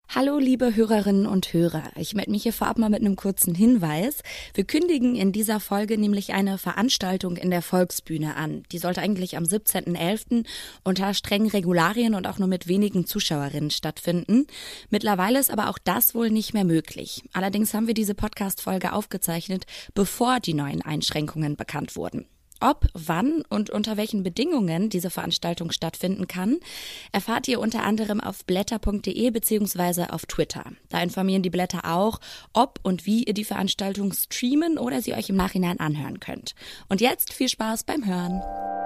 Hallo liebe Hörerinnen und Hörer, ich melde mich hier vorab mal mit einem kurzen Hinweis. Wir kündigen in dieser Folge nämlich eine Veranstaltung in der Volksbühne an. Die sollte eigentlich am 17.11. unter strengen Regularien und auch nur mit wenigen Zuschauerinnen stattfinden. Mittlerweile ist aber auch das wohl nicht mehr möglich. Allerdings haben wir diese Podcast-Folge aufgezeichnet, bevor die neuen Einschränkungen bekannt wurden. Ob, wann und unter welchen Bedingungen diese Veranstaltung stattfinden kann, erfahrt ihr unter anderem auf blätter.de bzw. auf Twitter. Da informieren die Blätter auch, ob und wie ihr die Veranstaltung streamen oder sie euch im Nachhinein anhören könnt. Und jetzt viel Spaß beim Hören.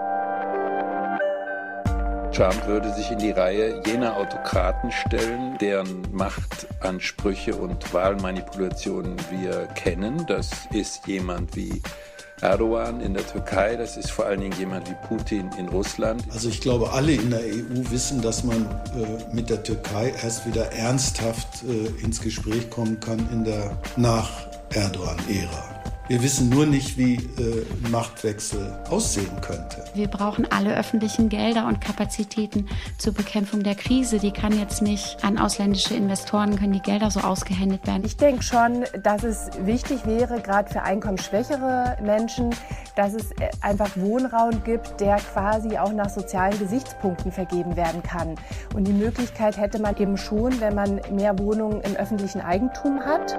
Trump würde sich in die Reihe jener Autokraten stellen, deren Machtansprüche und Wahlmanipulationen wir kennen. Das ist jemand wie Erdogan in der Türkei, das ist vor allen Dingen jemand wie Putin in Russland. Also ich glaube, alle in der EU wissen, dass man mit der Türkei erst wieder ernsthaft ins Gespräch kommen kann in der Nach-Erdogan-Ära. Wir wissen nur nicht, wie ein Machtwechsel aussehen könnte. Wir brauchen alle öffentlichen Gelder und Kapazitäten zur Bekämpfung der Krise. Die kann jetzt nicht an ausländische Investoren, können die Gelder so ausgehändigt werden. Ich denke schon, dass es wichtig wäre, gerade für einkommensschwächere Menschen, dass es einfach Wohnraum gibt, der quasi auch nach sozialen Gesichtspunkten vergeben werden kann. Und die Möglichkeit hätte man eben schon, wenn man mehr Wohnungen im öffentlichen Eigentum hat.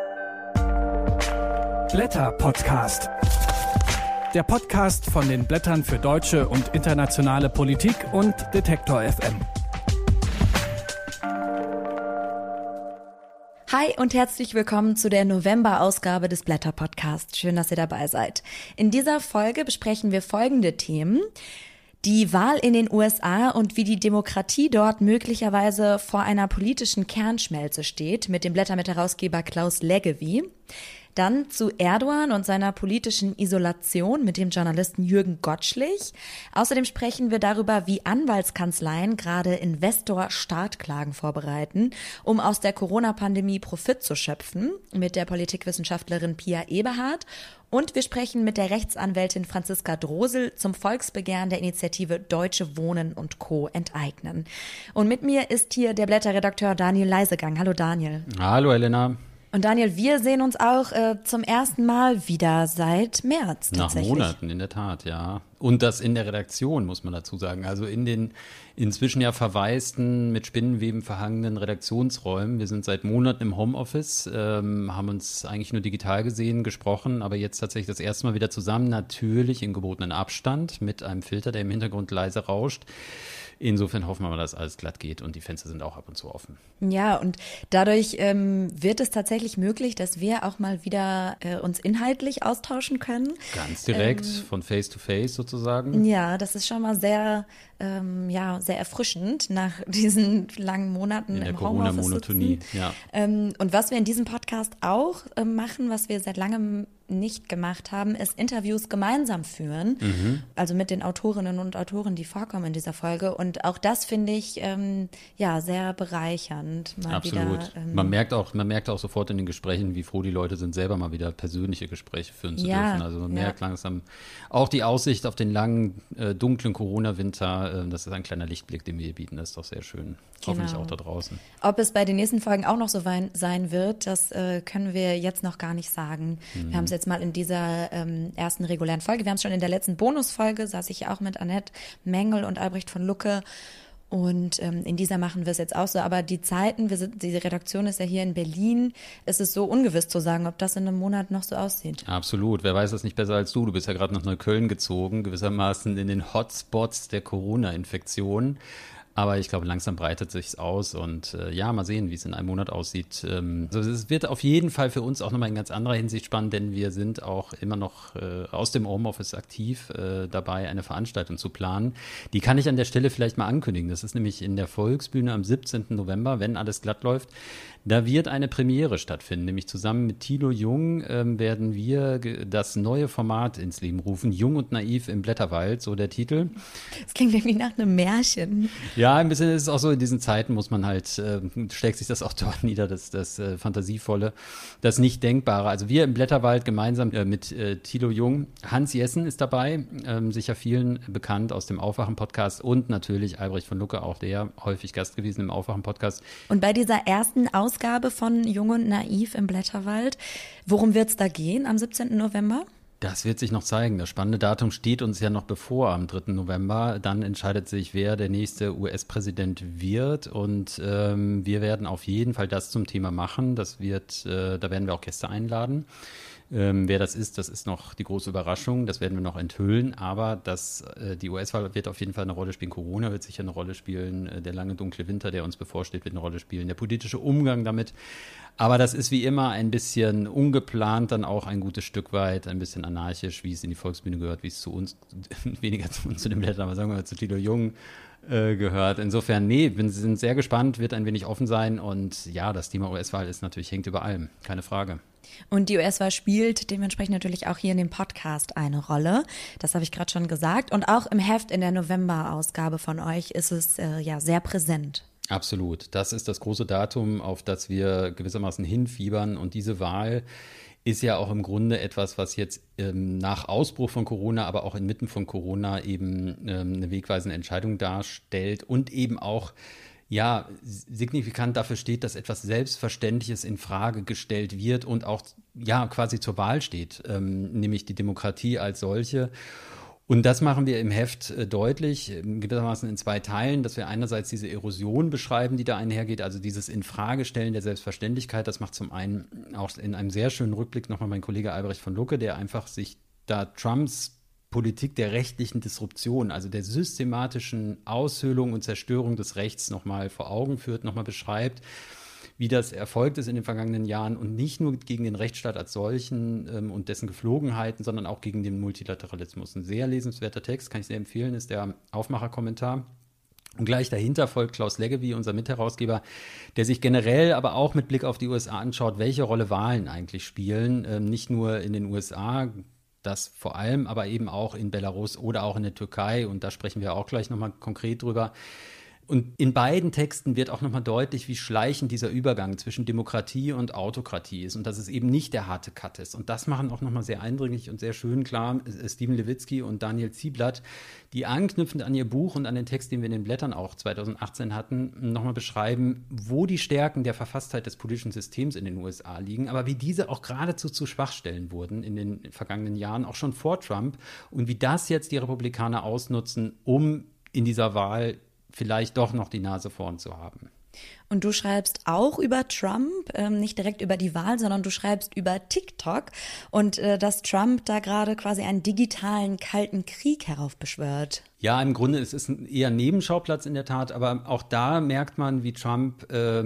Blätter-Podcast. Der Podcast von den Blättern für deutsche und internationale Politik und Detektor FM. Hi und herzlich willkommen zu der November-Ausgabe des Blätter-Podcasts. Schön, dass ihr dabei seid. In dieser Folge besprechen wir folgende Themen: Die Wahl in den USA und wie die Demokratie dort möglicherweise vor einer politischen Kernschmelze steht, mit dem Blätter-Mitherausgeber Klaus Leggevi. Dann zu Erdogan und seiner politischen Isolation mit dem Journalisten Jürgen Gottschlich. Außerdem sprechen wir darüber, wie Anwaltskanzleien gerade Investor-Startklagen vorbereiten, um aus der Corona-Pandemie Profit zu schöpfen, mit der Politikwissenschaftlerin Pia Eberhardt. Und wir sprechen mit der Rechtsanwältin Franziska Drosel zum Volksbegehren der Initiative Deutsche Wohnen und Co. enteignen. Und mit mir ist hier der Blätterredakteur Daniel Leisegang. Hallo Daniel. Hallo Elena. Und Daniel, wir sehen uns auch zum ersten Mal wieder seit März tatsächlich. Nach Monaten, in der Tat, ja. Und das in der Redaktion, muss man dazu sagen. Also in den inzwischen ja verwaisten, mit Spinnenweben verhangenen Redaktionsräumen. Wir sind seit Monaten im Homeoffice, haben uns eigentlich nur digital gesehen, gesprochen, aber jetzt tatsächlich das erste Mal wieder zusammen. Natürlich im gebotenen Abstand mit einem Filter, der im Hintergrund leise rauscht. Insofern hoffen wir mal, dass alles glatt geht und die Fenster sind auch ab und zu offen. Ja, und dadurch wird es tatsächlich möglich, dass wir auch mal wieder uns inhaltlich austauschen können. Ganz direkt, von Face to Face sozusagen. Ja, das ist schon mal sehr erfrischend nach diesen langen Monaten in der im Homeoffice Corona-Monotonie. Ja. Und was wir in diesem Podcast auch machen, was wir seit langem nicht gemacht haben, ist Interviews gemeinsam führen, also mit den Autorinnen und Autoren, die vorkommen in dieser Folge. Und auch das finde ich sehr bereichernd. Absolut. Wieder, man merkt auch sofort in den Gesprächen, wie froh die Leute sind, selber mal wieder persönliche Gespräche führen zu dürfen. Also man merkt langsam auch die Aussicht auf den langen, dunklen Corona-Winter. Das ist ein kleiner Lichtblick, den wir hier bieten. Das ist doch sehr schön. Hoffentlich auch da draußen. Ob es bei den nächsten Folgen auch noch so sein wird, das können wir jetzt noch gar nicht sagen. Wir haben es jetzt mal in dieser ersten regulären Folge. Wir haben es schon in der letzten Bonusfolge, saß ich ja auch mit Annette Mengel und Albrecht von Lucke. Und in dieser machen wir es jetzt auch so. Aber die Zeiten, diese Redaktion ist ja hier in Berlin, es ist so ungewiss zu sagen, ob das in einem Monat noch so aussieht. Absolut. Wer weiß das nicht besser als du? Du bist ja gerade nach Neukölln gezogen, gewissermaßen in den Hotspots der Corona-Infektion. Aber ich glaube, langsam breitet sich's aus und mal sehen, wie es in einem Monat aussieht. Also es wird auf jeden Fall für uns auch nochmal in ganz anderer Hinsicht spannend, denn wir sind auch immer noch aus dem Homeoffice aktiv dabei, eine Veranstaltung zu planen. Die kann ich an der Stelle vielleicht mal ankündigen. Das ist nämlich in der Volksbühne am 17. November, wenn alles glatt läuft. Da wird eine Premiere stattfinden, nämlich zusammen mit Thilo Jung werden wir das neue Format ins Leben rufen. Jung und naiv im Blätterwald, so der Titel. Das klingt irgendwie nach einem Märchen. Ja, Ja, ein bisschen ist es auch so, in diesen Zeiten muss man halt, schlägt sich das auch dort nieder, das Fantasievolle, das Nicht-Denkbare. Also wir im Blätterwald gemeinsam mit Thilo Jung, Hans Jessen ist dabei, sicher vielen bekannt aus dem Aufwachen-Podcast und natürlich Albrecht von Lucke, auch der häufig Gast gewesen im Aufwachen-Podcast. Und bei dieser ersten Ausgabe von Jung und Naiv im Blätterwald, worum wird es da gehen am 17. November? Das wird sich noch zeigen. Das spannende Datum steht uns ja noch bevor am 3. November. Dann entscheidet sich, wer der nächste US-Präsident wird. Und wir werden auf jeden Fall das zum Thema machen. Da werden wir auch Gäste einladen. Wer das ist noch die große Überraschung. Das werden wir noch enthüllen. Aber die US-Wahl wird auf jeden Fall eine Rolle spielen. Corona wird sicher eine Rolle spielen. Der lange dunkle Winter, der uns bevorsteht, wird eine Rolle spielen. Der politische Umgang damit. Aber das ist wie immer ein bisschen ungeplant, dann auch ein gutes Stück weit, ein bisschen anarchisch, wie es in die Volksbühne gehört, wie es zu uns, weniger zu uns, zu dem Blättern, aber sagen wir mal zu Thilo Jung gehört. Insofern, wir sind sehr gespannt, wird ein wenig offen sein und ja, das Thema US-Wahl hängt über allem, keine Frage. Und die US-Wahl spielt dementsprechend natürlich auch hier in dem Podcast eine Rolle. Das habe ich gerade schon gesagt. Und auch im Heft in der November-Ausgabe von euch ist es sehr präsent. Absolut. Das ist das große Datum, auf das wir gewissermaßen hinfiebern. Und diese Wahl ist ja auch im Grunde etwas, was jetzt nach Ausbruch von Corona, aber auch inmitten von Corona eben eine wegweisende Entscheidung darstellt und eben auch signifikant dafür steht, dass etwas Selbstverständliches in Frage gestellt wird und auch quasi zur Wahl steht, nämlich die Demokratie als solche. Und das machen wir im Heft deutlich, gewissermaßen in 2 Teilen, dass wir einerseits diese Erosion beschreiben, die da einhergeht, also dieses Infragestellen der Selbstverständlichkeit. Das macht zum einen auch in einem sehr schönen Rückblick nochmal mein Kollege Albrecht von Lucke, der einfach sich da Trumps Politik der rechtlichen Disruption, also der systematischen Aushöhlung und Zerstörung des Rechts nochmal vor Augen führt, nochmal beschreibt, wie das erfolgt ist in den vergangenen Jahren und nicht nur gegen den Rechtsstaat als solchen und dessen Geflogenheiten, sondern auch gegen den Multilateralismus. Ein sehr lesenswerter Text, kann ich sehr empfehlen, ist der Aufmacher-Kommentar. Und gleich dahinter folgt Klaus Leggevi, unser Mitherausgeber, der sich generell aber auch mit Blick auf die USA anschaut, welche Rolle Wahlen eigentlich spielen, nicht nur in den USA, das vor allem, aber eben auch in Belarus oder auch in der Türkei. Und da sprechen wir auch gleich nochmal konkret drüber. Und in beiden Texten wird auch nochmal deutlich, wie schleichend dieser Übergang zwischen Demokratie und Autokratie ist und dass es eben nicht der harte Cut ist. Und das machen auch nochmal sehr eindringlich und sehr schön klar Steven Levitsky und Daniel Zieblatt, die anknüpfend an ihr Buch und an den Text, den wir in den Blättern auch 2018 hatten, nochmal beschreiben, wo die Stärken der Verfasstheit des politischen Systems in den USA liegen, aber wie diese auch geradezu zu Schwachstellen wurden in den vergangenen Jahren, auch schon vor Trump, und wie das jetzt die Republikaner ausnutzen, um in dieser Wahl vielleicht doch noch die Nase vorn zu haben. Und du schreibst auch über Trump, nicht direkt über die Wahl, sondern du schreibst über TikTok und dass Trump da gerade quasi einen digitalen kalten Krieg heraufbeschwört. Ja, im Grunde es ist eher ein Nebenschauplatz in der Tat, aber auch da merkt man, wie Trump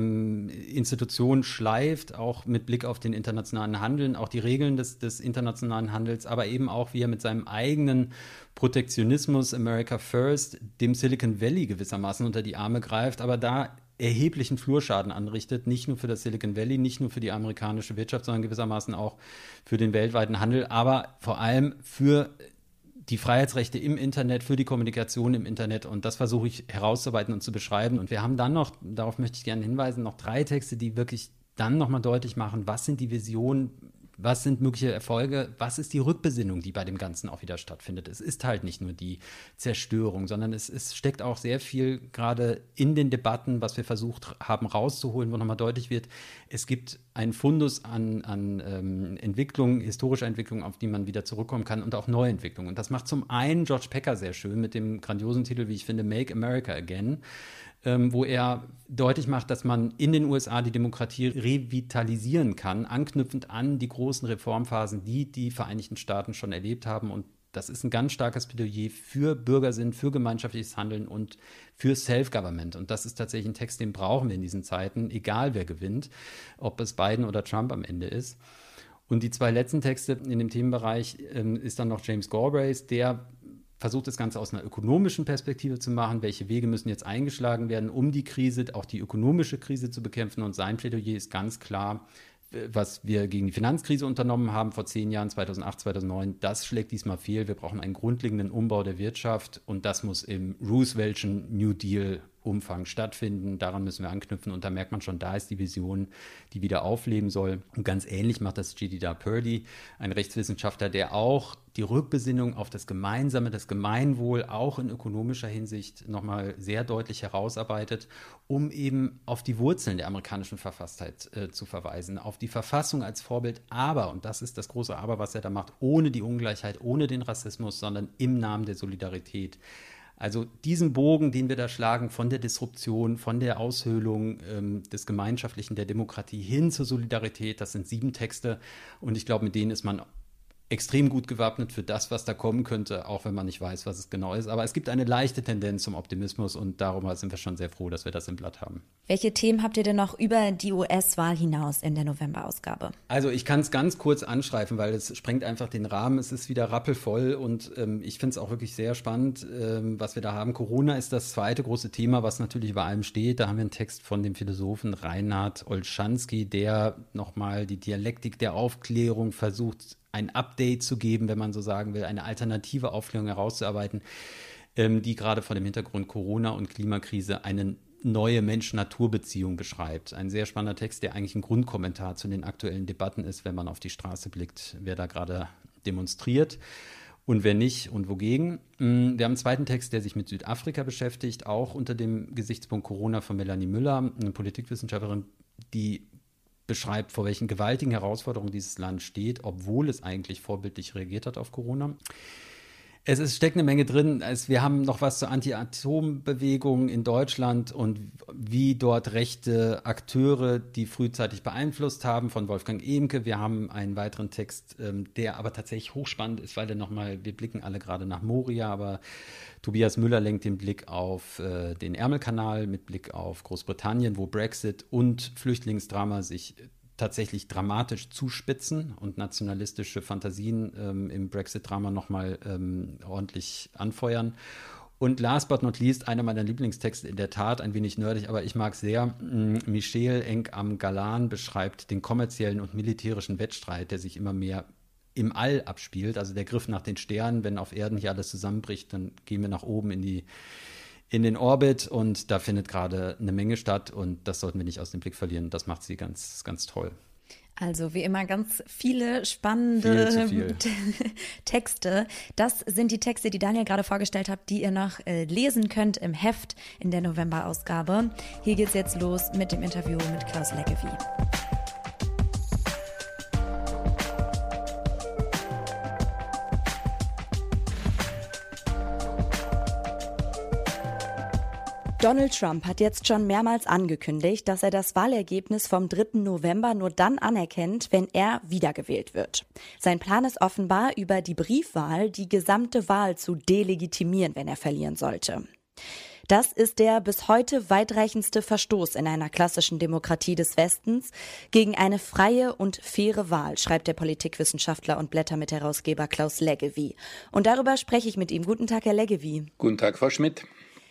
Institutionen schleift, auch mit Blick auf den internationalen Handel, auch die Regeln des internationalen Handels, aber eben auch, wie er mit seinem eigenen Protektionismus, America First, dem Silicon Valley gewissermaßen unter die Arme greift, aber da erheblichen Flurschaden anrichtet, nicht nur für das Silicon Valley, nicht nur für die amerikanische Wirtschaft, sondern gewissermaßen auch für den weltweiten Handel, aber vor allem für die Freiheitsrechte im Internet, für die Kommunikation im Internet, und das versuche ich herauszuarbeiten und zu beschreiben. Und wir haben dann noch, darauf möchte ich gerne hinweisen, noch 3 Texte, die wirklich dann nochmal deutlich machen, was sind die Visionen, was sind mögliche Erfolge, was ist die Rückbesinnung, die bei dem Ganzen auch wieder stattfindet. Es ist halt nicht nur die Zerstörung, sondern es steckt auch sehr viel gerade in den Debatten, was wir versucht haben rauszuholen, wo nochmal deutlich wird, es gibt einen Fundus an Entwicklungen, historischer Entwicklungen, auf die man wieder zurückkommen kann, und auch Neuentwicklungen. Und das macht zum einen George Packer sehr schön mit dem grandiosen Titel, wie ich finde, Make America Again, wo er deutlich macht, dass man in den USA die Demokratie revitalisieren kann, anknüpfend an die großen Reformphasen, die die Vereinigten Staaten schon erlebt haben. Und das ist ein ganz starkes Plädoyer für Bürgersinn, für gemeinschaftliches Handeln und für Self-Government. Und das ist tatsächlich ein Text, den brauchen wir in diesen Zeiten, egal wer gewinnt, ob es Biden oder Trump am Ende ist. Und die 2 letzten Texte in dem Themenbereich ist dann noch James Galbraith, der versucht das Ganze aus einer ökonomischen Perspektive zu machen. Welche Wege müssen jetzt eingeschlagen werden, um die Krise, auch die ökonomische Krise zu bekämpfen? Und sein Plädoyer ist ganz klar, was wir gegen die Finanzkrise unternommen haben vor 10 Jahren, 2008, 2009, das schlägt diesmal fehl. Wir brauchen einen grundlegenden Umbau der Wirtschaft und das muss im Rooseveltschen New Deal Umfang stattfinden. Daran müssen wir anknüpfen und da merkt man schon, da ist die Vision, die wieder aufleben soll. Und ganz ähnlich macht das Jedidah Purdy, ein Rechtswissenschaftler, der auch die Rückbesinnung auf das Gemeinsame, das Gemeinwohl auch in ökonomischer Hinsicht nochmal sehr deutlich herausarbeitet, um eben auf die Wurzeln der amerikanischen Verfasstheit zu verweisen, auf die Verfassung als Vorbild, aber, und das ist das große Aber, was er da macht, ohne die Ungleichheit, ohne den Rassismus, sondern im Namen der Solidarität. Also diesen Bogen, den wir da schlagen von der Disruption, von der Aushöhlung des Gemeinschaftlichen, der Demokratie hin zur Solidarität, das sind 7 Texte und ich glaube, mit denen ist man extrem gut gewappnet für das, was da kommen könnte, auch wenn man nicht weiß, was es genau ist. Aber es gibt eine leichte Tendenz zum Optimismus und darüber sind wir schon sehr froh, dass wir das im Blatt haben. Welche Themen habt ihr denn noch über die US-Wahl hinaus in der November-Ausgabe? Also ich kann es ganz kurz anstreifen, weil es sprengt einfach den Rahmen. Es ist wieder rappelvoll und ich finde es auch wirklich sehr spannend, was wir da haben. Corona ist das zweite große Thema, was natürlich über allem steht. Da haben wir einen Text von dem Philosophen Reinhard Olschanski, der nochmal die Dialektik der Aufklärung versucht, ein Update zu geben, wenn man so sagen will, eine alternative Aufklärung herauszuarbeiten, die gerade vor dem Hintergrund Corona und Klimakrise eine neue Mensch-Natur-Beziehung beschreibt. Ein sehr spannender Text, der eigentlich ein Grundkommentar zu den aktuellen Debatten ist, wenn man auf die Straße blickt, wer da gerade demonstriert und wer nicht und wogegen. Wir haben einen zweiten Text, der sich mit Südafrika beschäftigt, auch unter dem Gesichtspunkt Corona von Melanie Müller, eine Politikwissenschaftlerin, die beschreibt, vor welchen gewaltigen Herausforderungen dieses Land steht, obwohl es eigentlich vorbildlich reagiert hat auf Corona. Steckt eine Menge drin. Wir haben noch was zur Anti-Atom-Bewegung in Deutschland und wie dort rechte Akteure die frühzeitig beeinflusst haben, von Wolfgang Ehmke. Wir haben einen weiteren Text, der aber tatsächlich hochspannend ist, weil wir blicken alle gerade nach Moria, aber Tobias Müller lenkt den Blick auf den Ärmelkanal mit Blick auf Großbritannien, wo Brexit und Flüchtlingsdrama sich tatsächlich dramatisch zuspitzen und nationalistische Fantasien im Brexit-Drama nochmal ordentlich anfeuern. Und last but not least, einer meiner Lieblingstexte, in der Tat ein wenig nerdig, aber ich mag sehr, Michel Enk-am-Galan beschreibt den kommerziellen und militärischen Wettstreit, der sich immer mehr im All abspielt, also der Griff nach den Sternen. Wenn auf Erden hier alles zusammenbricht, dann gehen wir nach oben in den Orbit und da findet gerade eine Menge statt und das sollten wir nicht aus dem Blick verlieren. Das macht sie ganz, ganz toll. Also wie immer ganz viele spannende Texte. Das sind die Texte, die Daniel gerade vorgestellt hat, die ihr noch lesen könnt im Heft in der November-Ausgabe. Hier geht's jetzt los mit dem Interview mit Klaus Leggevi. Donald Trump hat jetzt schon mehrmals angekündigt, dass er das Wahlergebnis vom 3. November nur dann anerkennt, wenn er wiedergewählt wird. Sein Plan ist offenbar, über die Briefwahl die gesamte Wahl zu delegitimieren, wenn er verlieren sollte. Das ist der bis heute weitreichendste Verstoß in einer klassischen Demokratie des Westens gegen eine freie und faire Wahl, schreibt der Politikwissenschaftler und Blättermitherausgeber Klaus Leggevi. Und darüber spreche ich mit ihm. Guten Tag, Herr Leggevi. Guten Tag, Frau Schmidt.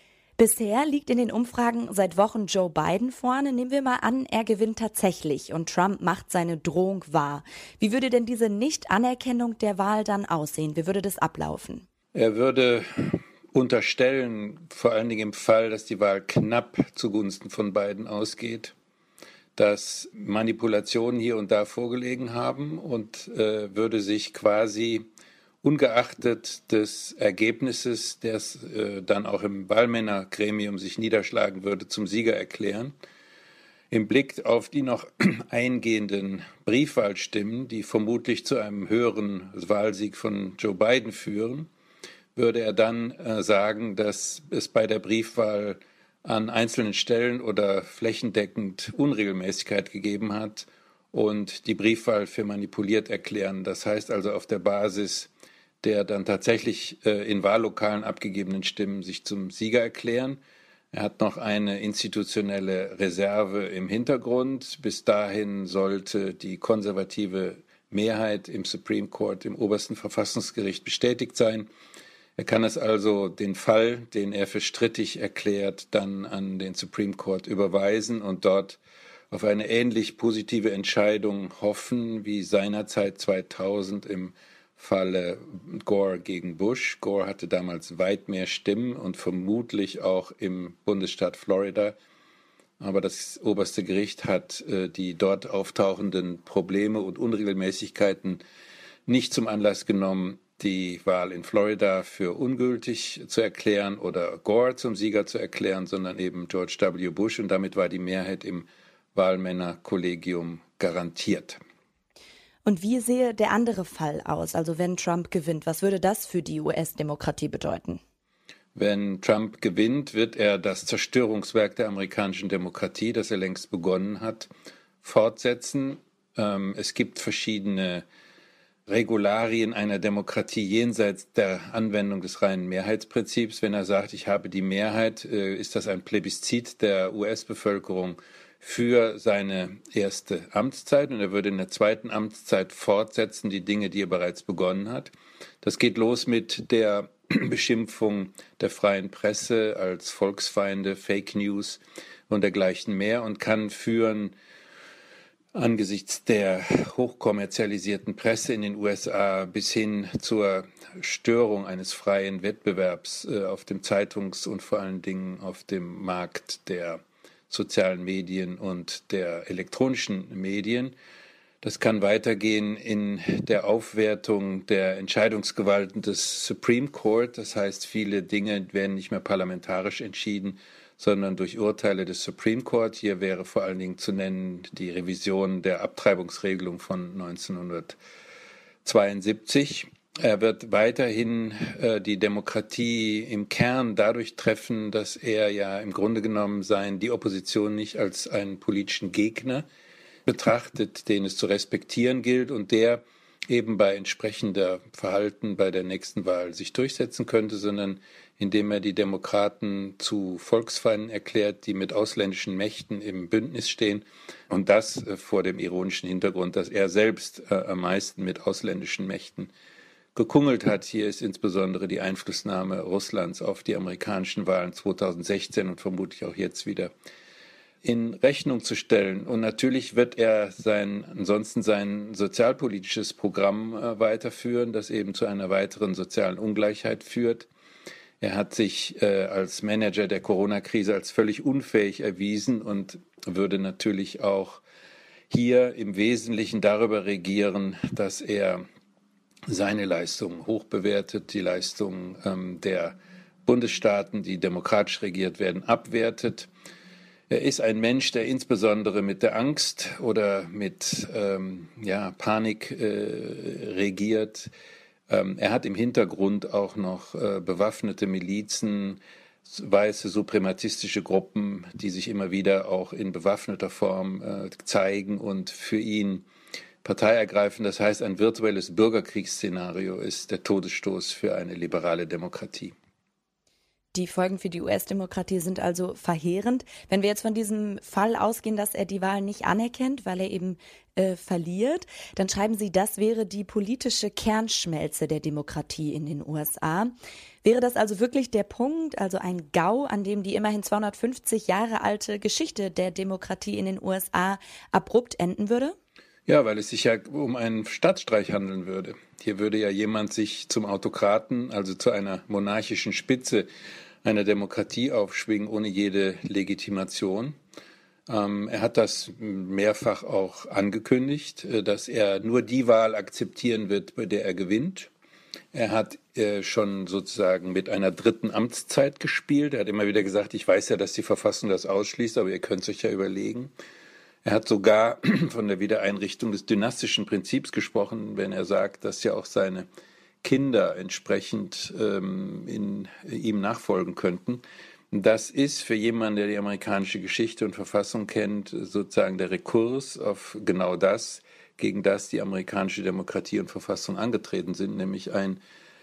Bisher liegt in den Umfragen seit Wochen Joe Biden vorne. Nehmen wir mal an, er gewinnt tatsächlich und Trump macht seine Drohung wahr. Wie würde denn diese Nichtanerkennung der Wahl dann aussehen? Wie würde das ablaufen? Er würde unterstellen, vor allen Dingen im Fall, dass die Wahl knapp zugunsten von Biden ausgeht, dass Manipulationen hier und da vorgelegen haben und würde sich quasi ungeachtet des Ergebnisses, das dann auch im Wahlmännergremium sich niederschlagen würde, zum Sieger erklären. Im Blick auf die noch eingehenden Briefwahlstimmen, die vermutlich zu einem höheren Wahlsieg von Joe Biden führen, würde er dann sagen, dass es bei der Briefwahl an einzelnen Stellen oder flächendeckend Unregelmäßigkeit gegeben hat und die Briefwahl für manipuliert erklären. Das heißt also auf der Basis der dann tatsächlich in Wahllokalen abgegebenen Stimmen sich zum Sieger erklären. Er hat noch eine institutionelle Reserve im Hintergrund. Bis dahin sollte die konservative Mehrheit im Supreme Court, im obersten Verfassungsgericht, bestätigt sein. Er kann es also den Fall, den er für strittig erklärt, dann an den Supreme Court überweisen und dort auf eine ähnlich positive Entscheidung hoffen wie seinerzeit 2000 im Falle Gore gegen Bush. Gore hatte damals weit mehr Stimmen und vermutlich auch im Bundesstaat Florida. Aber das oberste Gericht hat die dort auftauchenden Probleme und Unregelmäßigkeiten nicht zum Anlass genommen, die Wahl in Florida für ungültig zu erklären oder Gore zum Sieger zu erklären, sondern eben George W. Bush. Und damit war die Mehrheit im Wahlmännerkollegium garantiert. Und wie sehe der andere Fall aus? Also wenn Trump gewinnt, was würde das für die US-Demokratie bedeuten? Wenn Trump gewinnt, wird er das Zerstörungswerk der amerikanischen Demokratie, das er längst begonnen hat, fortsetzen. Es gibt verschiedene Regularien einer Demokratie jenseits der Anwendung des reinen Mehrheitsprinzips. Wenn er sagt, ich habe die Mehrheit, ist das ein Plebiszit der US-Bevölkerung für seine erste Amtszeit, und er würde in der zweiten Amtszeit fortsetzen die Dinge, die er bereits begonnen hat. Das geht los mit der Beschimpfung der freien Presse als Volksfeinde, Fake News und dergleichen mehr und kann führen, angesichts der hochkommerzialisierten Presse in den USA bis hin zur Störung eines freien Wettbewerbs auf dem Zeitungs- und vor allen Dingen auf dem Markt der sozialen Medien und der elektronischen Medien. Das kann weitergehen in der Aufwertung der Entscheidungsgewalten des Supreme Court. Das heißt, viele Dinge werden nicht mehr parlamentarisch entschieden, sondern durch Urteile des Supreme Court. Hier wäre vor allen Dingen zu nennen die Revision der Abtreibungsregelung von 1972. Er wird weiterhin die Demokratie im Kern dadurch treffen, dass er ja im Grunde genommen die Opposition nicht als einen politischen Gegner betrachtet, den es zu respektieren gilt und der eben bei entsprechender Verhalten bei der nächsten Wahl sich durchsetzen könnte, sondern indem er die Demokraten zu Volksfeinden erklärt, die mit ausländischen Mächten im Bündnis stehen, und das vor dem ironischen Hintergrund, dass er selbst am meisten mit ausländischen Mächten gekungelt hat. Hier ist insbesondere die Einflussnahme Russlands auf die amerikanischen Wahlen 2016 und vermutlich auch jetzt wieder in Rechnung zu stellen. Und natürlich wird er ansonsten sein sozialpolitisches Programm weiterführen, das eben zu einer weiteren sozialen Ungleichheit führt. Er hat sich als Manager der Corona-Krise als völlig unfähig erwiesen und würde natürlich auch hier im Wesentlichen darüber regieren, dass er seine Leistungen hoch bewertet, die Leistungen der Bundesstaaten, die demokratisch regiert werden, abwertet. Er ist ein Mensch, der insbesondere mit der Angst oder mit Panik regiert. Er hat im Hintergrund auch noch bewaffnete Milizen, weiße suprematistische Gruppen, die sich immer wieder auch in bewaffneter Form zeigen und für ihn Partei ergreifen. Das heißt, ein virtuelles Bürgerkriegsszenario ist der Todesstoß für eine liberale Demokratie. Die Folgen für die US-Demokratie sind also verheerend. Wenn wir jetzt von diesem Fall ausgehen, dass er die Wahl nicht anerkennt, weil er eben verliert, dann schreiben Sie, das wäre die politische Kernschmelze der Demokratie in den USA. Wäre das also wirklich der Punkt, also ein GAU, an dem die immerhin 250 Jahre alte Geschichte der Demokratie in den USA abrupt enden würde? Ja, weil es sich ja um einen Staatsstreich handeln würde. Hier würde ja jemand sich zum Autokraten, also zu einer monarchischen Spitze einer Demokratie aufschwingen, ohne jede Legitimation. Er hat das mehrfach auch angekündigt, dass er nur die Wahl akzeptieren wird, bei der er gewinnt. Er hat schon sozusagen mit einer dritten Amtszeit gespielt. Er hat immer wieder gesagt, ich weiß ja, dass die Verfassung das ausschließt, aber ihr könnt es euch ja überlegen. Er hat sogar von der Wiedereinrichtung des dynastischen Prinzips gesprochen, wenn er sagt, dass ja auch seine Kinder entsprechend ihm nachfolgen könnten. Das ist für jemanden, der die amerikanische Geschichte und Verfassung kennt, sozusagen der Rekurs auf genau das, gegen das die amerikanische Demokratie und Verfassung angetreten sind, nämlich ein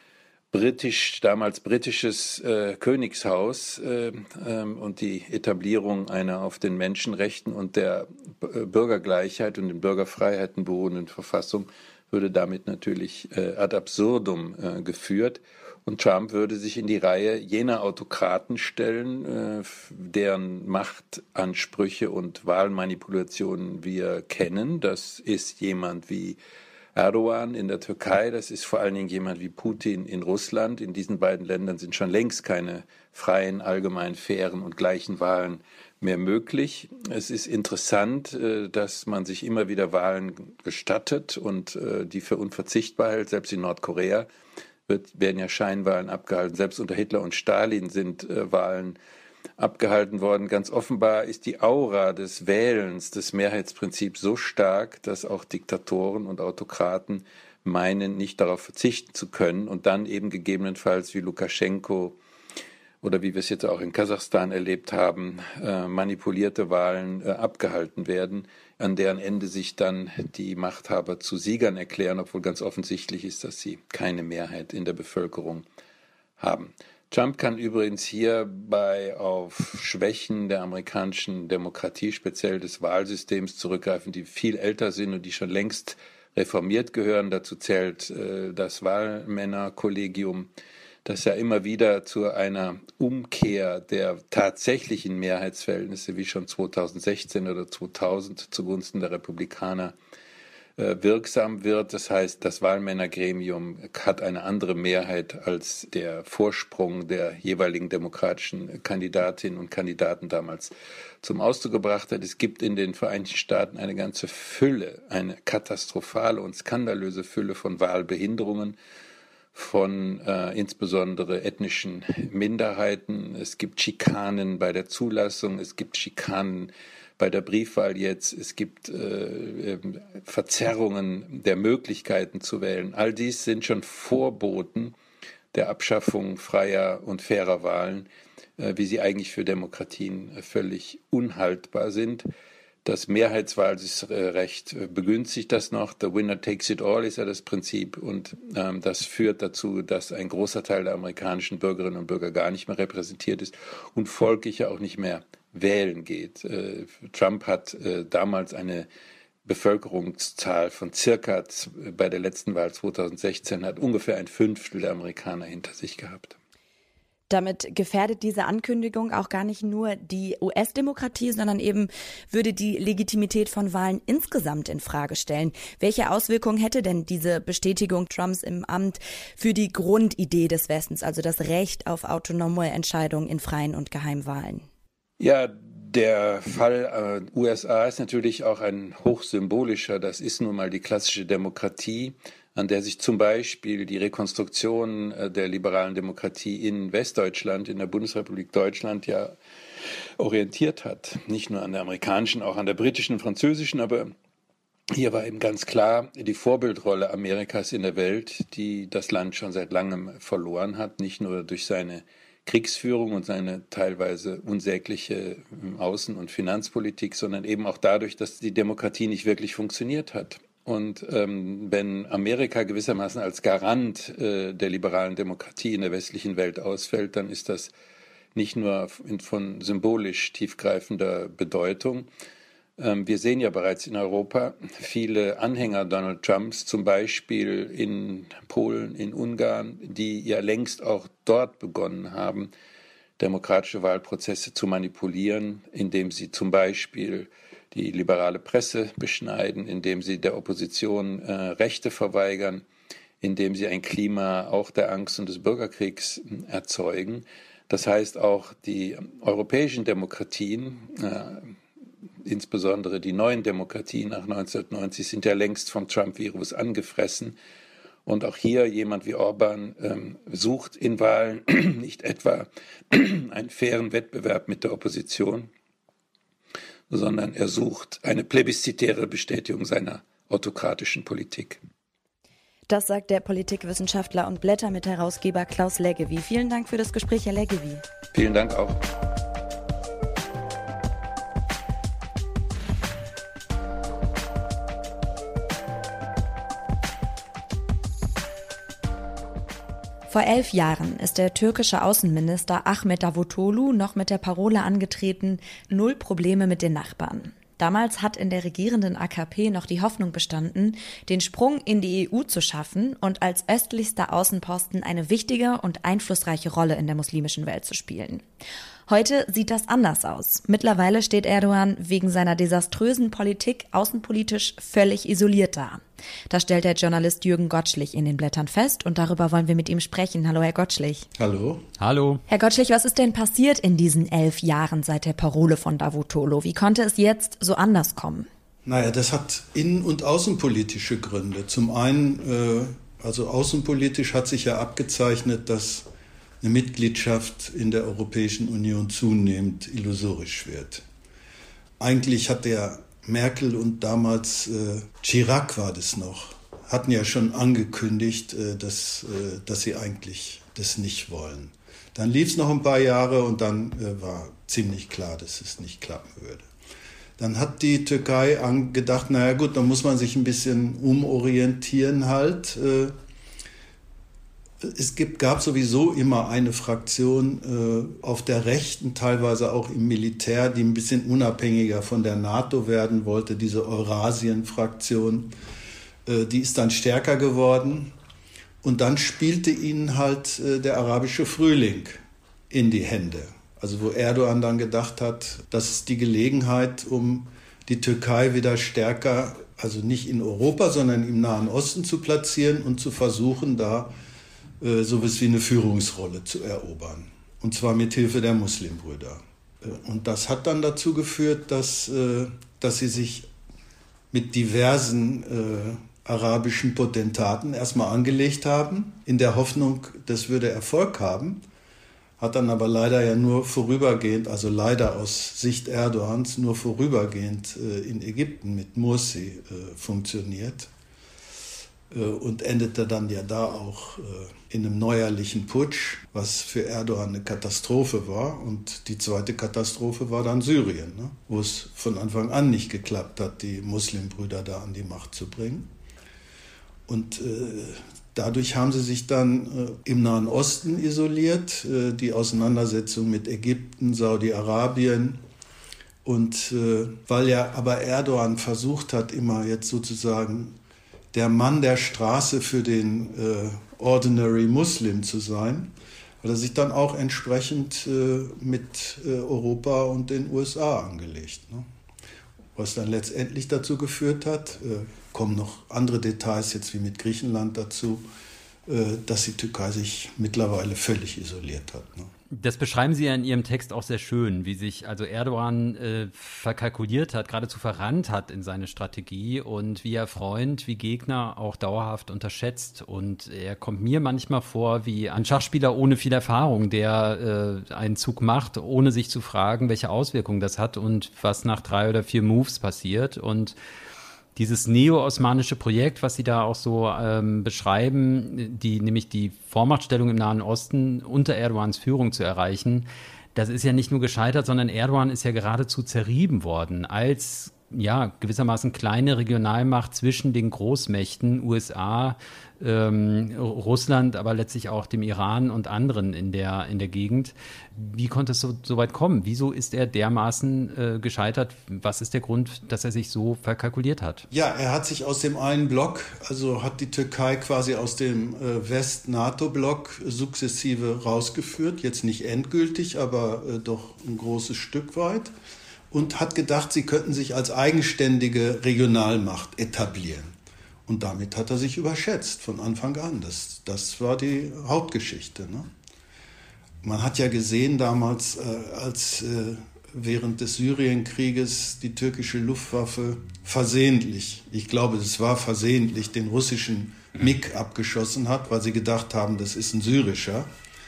damals britisches Königshaus und die Etablierung einer auf den Menschenrechten und der Bürgergleichheit und den Bürgerfreiheiten beruhenden Verfassung würde damit natürlich ad absurdum geführt. Und Trump würde sich in die Reihe jener Autokraten stellen, deren Machtansprüche und Wahlmanipulationen wir kennen. Das ist jemand wie Erdogan in der Türkei, das ist vor allen Dingen jemand wie Putin in Russland. In diesen beiden Ländern sind schon längst keine freien, allgemein fairen und gleichen Wahlen mehr möglich. Es ist interessant, dass man sich immer wieder Wahlen gestattet und die für unverzichtbar hält. Selbst in Nordkorea werden ja Scheinwahlen abgehalten. Selbst unter Hitler und Stalin sind Wahlen abgehalten worden. Ganz offenbar ist die Aura des Wählens, des Mehrheitsprinzips so stark, dass auch Diktatoren und Autokraten meinen, nicht darauf verzichten zu können und dann eben gegebenenfalls wie Lukaschenko oder wie wir es jetzt auch in Kasachstan erlebt haben, manipulierte Wahlen abgehalten werden, an deren Ende sich dann die Machthaber zu Siegern erklären, obwohl ganz offensichtlich ist, dass sie keine Mehrheit in der Bevölkerung haben. Trump kann übrigens hierbei auf Schwächen der amerikanischen Demokratie, speziell des Wahlsystems, zurückgreifen, die viel älter sind und die schon längst reformiert gehören. Dazu zählt das Wahlmännerkollegium, das ja immer wieder zu einer Umkehr der tatsächlichen Mehrheitsverhältnisse, wie schon 2016 oder 2000 zugunsten der Republikaner, wirksam wird. Das heißt, das Wahlmännergremium hat eine andere Mehrheit, als der Vorsprung der jeweiligen demokratischen Kandidatinnen und Kandidaten damals zum Ausdruck gebracht hat. Es gibt in den Vereinigten Staaten eine ganze Fülle, eine katastrophale und skandalöse Fülle von Wahlbehinderungen, von insbesondere ethnischen Minderheiten. Es gibt Schikanen bei der Zulassung, es gibt Schikanen bei der Briefwahl jetzt, es gibt Verzerrungen der Möglichkeiten zu wählen. All dies sind schon Vorboten der Abschaffung freier und fairer Wahlen, wie sie eigentlich für Demokratien völlig unhaltbar sind. Das Mehrheitswahlrecht begünstigt das noch. The winner takes it all ist ja das Prinzip. Und das führt dazu, dass ein großer Teil der amerikanischen Bürgerinnen und Bürger gar nicht mehr repräsentiert ist und folglich ja auch nicht mehr wählen geht. Trump hat damals eine Bevölkerungszahl von circa, bei der letzten Wahl 2016, hat ungefähr ein Fünftel der Amerikaner hinter sich gehabt. Damit gefährdet diese Ankündigung auch gar nicht nur die US-Demokratie, sondern eben würde die Legitimität von Wahlen insgesamt in Frage stellen. Welche Auswirkungen hätte denn diese Bestätigung Trumps im Amt für die Grundidee des Westens, also das Recht auf autonome Entscheidungen in freien und geheimen Wahlen? Ja, der Fall USA ist natürlich auch ein hochsymbolischer. Das ist nun mal die klassische Demokratie, an der sich zum Beispiel die Rekonstruktion der liberalen Demokratie in Westdeutschland, in der Bundesrepublik Deutschland ja orientiert hat. Nicht nur an der amerikanischen, auch an der britischen, französischen, aber hier war eben ganz klar die Vorbildrolle Amerikas in der Welt, die das Land schon seit langem verloren hat, nicht nur durch seine Kriegsführung und seine teilweise unsägliche Außen- und Finanzpolitik, sondern eben auch dadurch, dass die Demokratie nicht wirklich funktioniert hat. Und wenn Amerika gewissermaßen als Garant der liberalen Demokratie in der westlichen Welt ausfällt, dann ist das nicht nur von symbolisch tiefgreifender Bedeutung. Wir sehen ja bereits in Europa viele Anhänger Donald Trumps, zum Beispiel in Polen, in Ungarn, die ja längst auch dort begonnen haben, demokratische Wahlprozesse zu manipulieren, indem sie zum Beispiel die liberale Presse beschneiden, indem sie der Opposition Rechte verweigern, indem sie ein Klima auch der Angst und des Bürgerkriegs erzeugen. Das heißt, auch die europäischen Demokratien, insbesondere die neuen Demokratien nach 1990, sind ja längst vom Trump-Virus angefressen. Und auch hier jemand wie Orban sucht in Wahlen nicht etwa einen fairen Wettbewerb mit der Opposition, sondern er sucht eine plebiszitäre Bestätigung seiner autokratischen Politik. Das sagt der Politikwissenschaftler und Blättermitherausgeber Klaus Leggevi. Vielen Dank für das Gespräch, Herr Leggevi. Vielen Dank auch. Vor 11 Jahren ist der türkische Außenminister Ahmet Davutoglu noch mit der Parole angetreten, 0 Probleme mit den Nachbarn. Damals hat in der regierenden AKP noch die Hoffnung bestanden, den Sprung in die EU zu schaffen und als östlichster Außenposten eine wichtige und einflussreiche Rolle in der muslimischen Welt zu spielen. Heute sieht das anders aus. Mittlerweile steht Erdogan wegen seiner desaströsen Politik außenpolitisch völlig isoliert da. Das stellt der Journalist Jürgen Gottschlich in den Blättern fest und darüber wollen wir mit ihm sprechen. Hallo, Herr Gottschlich. Hallo. Hallo. Herr Gottschlich, was ist denn passiert in diesen 11 Jahren seit der Parole von Davutoglu? Wie konnte es jetzt so anders kommen? Naja, das hat innen- und außenpolitische Gründe. Zum einen, also außenpolitisch hat sich ja abgezeichnet, dass eine Mitgliedschaft in der Europäischen Union zunehmend illusorisch wird. Eigentlich hat der Merkel und damals Chirac war das noch, hatten ja schon angekündigt, dass sie eigentlich das nicht wollen. Dann lief es noch ein paar Jahre und dann war ziemlich klar, dass es nicht klappen würde. Dann hat die Türkei gedacht, naja gut, dann muss man sich ein bisschen umorientieren halt. Es gab sowieso immer eine Fraktion auf der Rechten, teilweise auch im Militär, die ein bisschen unabhängiger von der NATO werden wollte, diese Eurasien-Fraktion. Die ist dann stärker geworden und dann spielte ihnen halt der arabische Frühling in die Hände. Also wo Erdogan dann gedacht hat, das ist die Gelegenheit, um die Türkei wieder stärker, also nicht in Europa, sondern im Nahen Osten zu platzieren und zu versuchen, da sowas wie eine Führungsrolle zu erobern. Und zwar mit Hilfe der Muslimbrüder. Und das hat dann dazu geführt, dass sie sich mit diversen arabischen Potentaten erstmal angelegt haben, in der Hoffnung, das würde Erfolg haben. Hat dann aber leider ja nur vorübergehend, also leider aus Sicht Erdogans, nur vorübergehend in Ägypten mit Morsi funktioniert. Und endete dann ja da auch in einem neuerlichen Putsch, was für Erdogan eine Katastrophe war. Und die zweite Katastrophe war dann Syrien, ne? Wo es von Anfang an nicht geklappt hat, die Muslimbrüder da an die Macht zu bringen. Und dadurch haben sie sich dann im Nahen Osten isoliert, die Auseinandersetzung mit Ägypten, Saudi-Arabien. Und weil ja aber Erdogan versucht hat, immer jetzt sozusagen der Mann der Straße für den Ordinary Muslim zu sein, hat er sich dann auch entsprechend mit Europa und den USA angelegt. Ne? Was dann letztendlich dazu geführt hat, kommen noch andere Details jetzt wie mit Griechenland dazu, dass die Türkei sich mittlerweile völlig isoliert hat. Ne? Das beschreiben Sie ja in Ihrem Text auch sehr schön, wie sich also Erdogan verkalkuliert hat, geradezu verrannt hat in seine Strategie und wie er Freund, wie Gegner auch dauerhaft unterschätzt. Und er kommt mir manchmal vor wie ein Schachspieler ohne viel Erfahrung, der einen Zug macht, ohne sich zu fragen, welche Auswirkungen das hat und was nach 3 oder 4 Moves passiert. Und dieses neo-osmanische Projekt, was Sie da auch so beschreiben, nämlich die Vormachtstellung im Nahen Osten unter Erdogans Führung zu erreichen, das ist ja nicht nur gescheitert, sondern Erdogan ist ja geradezu zerrieben worden als gewissermaßen kleine Regionalmacht zwischen den Großmächten USA, Russland, aber letztlich auch dem Iran und anderen in der Gegend. Wie konnte es so weit kommen? Wieso ist er dermaßen gescheitert? Was ist der Grund, dass er sich so verkalkuliert hat? Ja, er hat sich aus dem einen Block, also hat die Türkei quasi aus dem West-NATO-Block sukzessive rausgeführt, jetzt nicht endgültig, aber doch ein großes Stück weit. Und hat gedacht, sie könnten sich als eigenständige Regionalmacht etablieren. Und damit hat er sich überschätzt von Anfang an. Das war die Hauptgeschichte. Ne? Man hat ja gesehen damals, als während des Syrienkrieges die türkische Luftwaffe versehentlich, ich glaube, es war versehentlich, den russischen MiG abgeschossen hat, weil sie gedacht haben, das ist ein syrischer.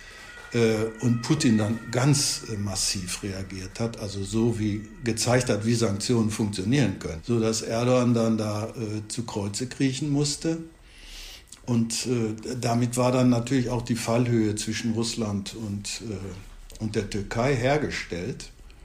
Und Putin dann ganz massiv reagiert hat, also so wie gezeigt hat, wie Sanktionen funktionieren können, so dass Erdogan dann da zu Kreuze kriechen musste. Und damit war dann natürlich auch die Fallhöhe zwischen Russland und der Türkei hergestellt.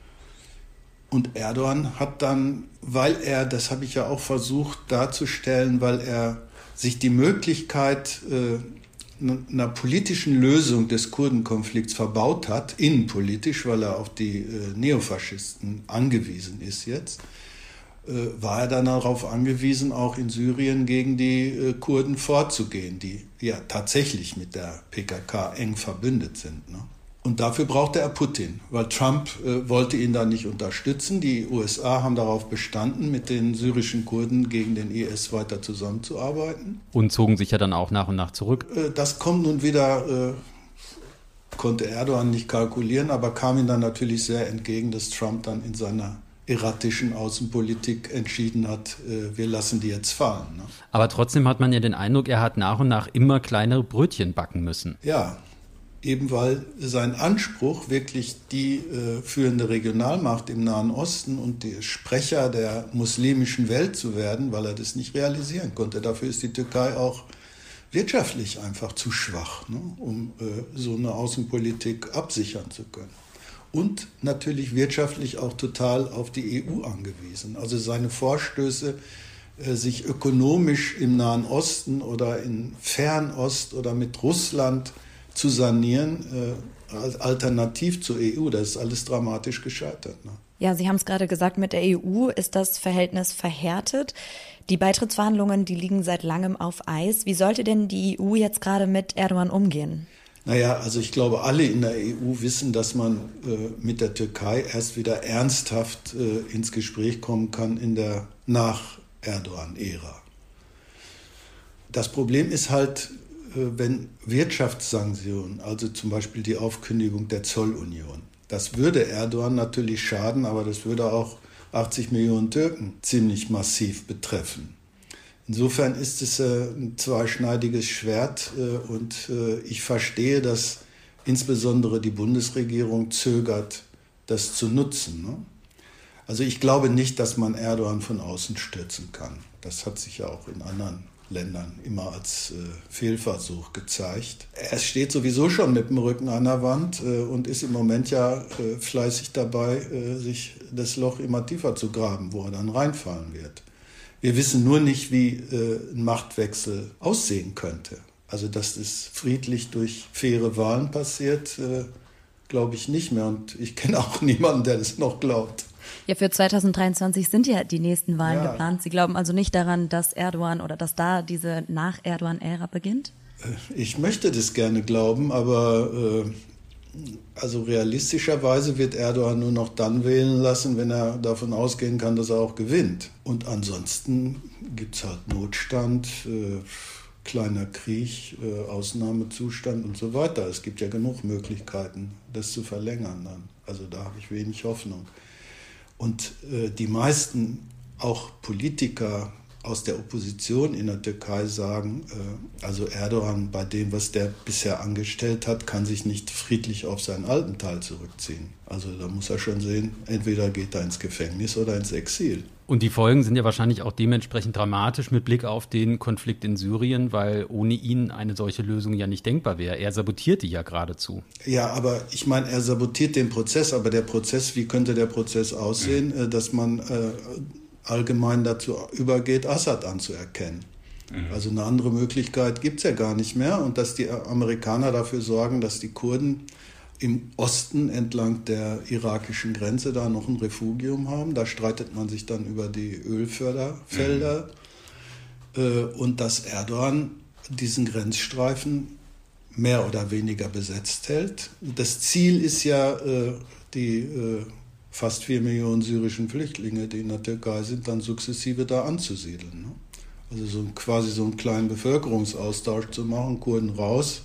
Und Erdogan hat dann, das habe ich ja auch versucht darzustellen, weil er sich die Möglichkeit einer politischen Lösung des Kurdenkonflikts verbaut hat, innenpolitisch, weil er auf die Neofaschisten angewiesen ist jetzt, war er dann darauf angewiesen, auch in Syrien gegen die Kurden vorzugehen, die ja tatsächlich mit der PKK eng verbündet sind. Ne? Und dafür brauchte er Putin, weil Trump wollte ihn da nicht unterstützen. Die USA haben darauf bestanden, mit den syrischen Kurden gegen den IS weiter zusammenzuarbeiten. Und zogen sich ja dann auch nach und nach zurück. Das kommt nun wieder, konnte Erdogan nicht kalkulieren, aber kam ihm dann natürlich sehr entgegen, dass Trump dann in seiner erratischen Außenpolitik entschieden hat, wir lassen die jetzt fallen. Ne? Aber trotzdem hat man ja den Eindruck, er hat nach und nach immer kleinere Brötchen backen müssen. Ja, eben weil sein Anspruch, wirklich die führende Regionalmacht im Nahen Osten und der Sprecher der muslimischen Welt zu werden, weil er das nicht realisieren konnte. Dafür ist die Türkei auch wirtschaftlich einfach zu schwach, ne, um so eine Außenpolitik absichern zu können. Und natürlich wirtschaftlich auch total auf die EU angewiesen. Also seine Vorstöße, sich ökonomisch im Nahen Osten oder in Fernost oder mit Russland zu sanieren, als alternativ zur EU, das ist alles dramatisch gescheitert. Ne? Ja, Sie haben es gerade gesagt, mit der EU ist das Verhältnis verhärtet. Die Beitrittsverhandlungen, die liegen seit langem auf Eis. Wie sollte denn die EU jetzt gerade mit Erdogan umgehen? Naja, also ich glaube, alle in der EU wissen, dass man mit der Türkei erst wieder ernsthaft ins Gespräch kommen kann in der Nach-Erdogan-Ära. Das Problem ist halt, wenn Wirtschaftssanktionen, also zum Beispiel die Aufkündigung der Zollunion, das würde Erdogan natürlich schaden, aber das würde auch 80 Millionen Türken ziemlich massiv betreffen. Insofern ist es ein zweischneidiges Schwert und ich verstehe, dass insbesondere die Bundesregierung zögert, das zu nutzen. Ne? Also ich glaube nicht, dass man Erdogan von außen stürzen kann. Das hat sich ja auch in anderen Ländern immer als Fehlversuch gezeigt. Er steht sowieso schon mit dem Rücken an der Wand und ist im Moment ja fleißig dabei, sich das Loch immer tiefer zu graben, wo er dann reinfallen wird. Wir wissen nur nicht, wie ein Machtwechsel aussehen könnte. Also, dass das friedlich durch faire Wahlen passiert, glaube ich nicht mehr. Und ich kenne auch niemanden, der das noch glaubt. Ja, für 2023 sind ja die nächsten Wahlen geplant. Sie glauben also nicht daran, dass Erdogan oder dass da diese Nach-Erdogan-Ära beginnt? Ich möchte das gerne glauben, aber also realistischerweise wird Erdogan nur noch dann wählen lassen, wenn er davon ausgehen kann, dass er auch gewinnt. Und ansonsten gibt es halt Notstand, kleiner Krieg, Ausnahmezustand und so weiter. Es gibt ja genug Möglichkeiten, das zu verlängern dann. Also da habe ich wenig Hoffnung. Und die meisten, auch Politiker aus der Opposition in der Türkei sagen, also Erdogan bei dem, was der bisher angestellt hat, kann sich nicht friedlich auf seinen alten Teil zurückziehen. Also da muss er schon sehen, entweder geht er ins Gefängnis oder ins Exil. Und die Folgen sind ja wahrscheinlich auch dementsprechend dramatisch mit Blick auf den Konflikt in Syrien, weil ohne ihn eine solche Lösung ja nicht denkbar wäre. Er sabotiert die ja geradezu. Ja, aber ich meine, er sabotiert den Prozess, aber der Prozess, wie könnte der Prozess aussehen, dass man allgemein dazu übergeht, Assad anzuerkennen. Also eine andere Möglichkeit gibt es ja gar nicht mehr. Und dass die Amerikaner dafür sorgen, dass die Kurden im Osten entlang der irakischen Grenze da noch ein Refugium haben. Da streitet man sich dann über die Ölförderfelder. Und dass Erdogan diesen Grenzstreifen mehr oder weniger besetzt hält. Das Ziel ist ja, die fast 4 Millionen syrischen Flüchtlinge, die in der Türkei sind, dann sukzessive da anzusiedeln. Ne? Also quasi so einen kleinen Bevölkerungsaustausch zu machen, Kurden raus,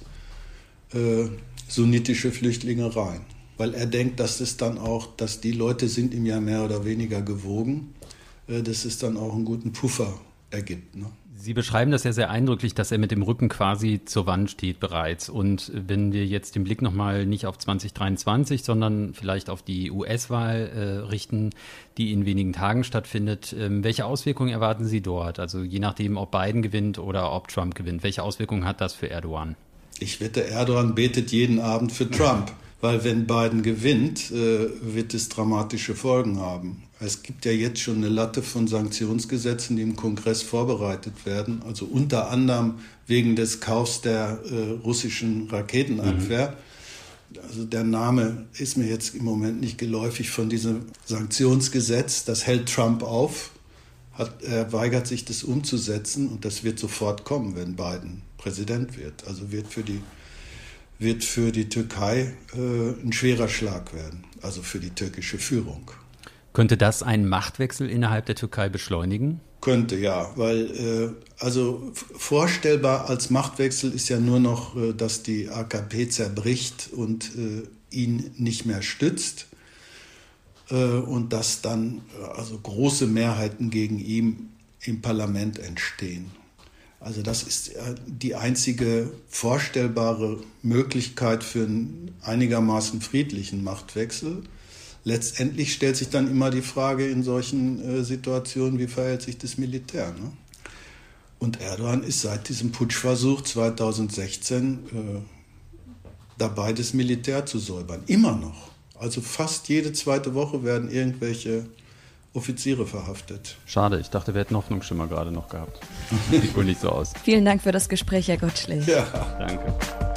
sunnitische Flüchtlinge rein. Weil er denkt, dass es dann auch, dass die Leute sind ihm ja mehr oder weniger gewogen, dass es dann auch einen guten Puffer ergibt. Ne? Sie beschreiben das ja sehr eindrücklich, dass er mit dem Rücken quasi zur Wand steht bereits. Und wenn wir jetzt den Blick nochmal nicht auf 2023, sondern vielleicht auf die US-Wahl richten, die in wenigen Tagen stattfindet, welche Auswirkungen erwarten Sie dort? Also je nachdem, ob Biden gewinnt oder ob Trump gewinnt. Welche Auswirkungen hat das für Erdogan? Ich wette, Erdogan betet jeden Abend für Trump. Weil wenn Biden gewinnt, wird es dramatische Folgen haben. Es gibt ja jetzt schon eine Latte von Sanktionsgesetzen, die im Kongress vorbereitet werden. Also unter anderem wegen des Kaufs der russischen Raketenabwehr. Also der Name ist mir jetzt im Moment nicht geläufig von diesem Sanktionsgesetz. Das hält Trump auf. Er weigert sich, das umzusetzen. Und das wird sofort kommen, wenn Biden Präsident wird. Also wird für die wird für die Türkei ein schwerer Schlag werden, also für die türkische Führung. Könnte das einen Machtwechsel innerhalb der Türkei beschleunigen? Könnte, ja, weil also vorstellbar als Machtwechsel ist ja nur noch, dass die AKP zerbricht und ihn nicht mehr stützt und dass dann also große Mehrheiten gegen ihn im Parlament entstehen. Also das ist die einzige vorstellbare Möglichkeit für einen einigermaßen friedlichen Machtwechsel. Letztendlich stellt sich dann immer die Frage in solchen Situationen, wie verhält sich das Militär, ne? Und Erdogan ist seit diesem Putschversuch 2016 dabei, das Militär zu säubern. Immer noch. Also fast jede zweite Woche werden irgendwelche Offiziere verhaftet. Schade, ich dachte, wir hätten Hoffnungsschimmer gerade noch gehabt. Sieht wohl nicht so aus. Vielen Dank für das Gespräch, Herr Gottschlich. Ja. Danke.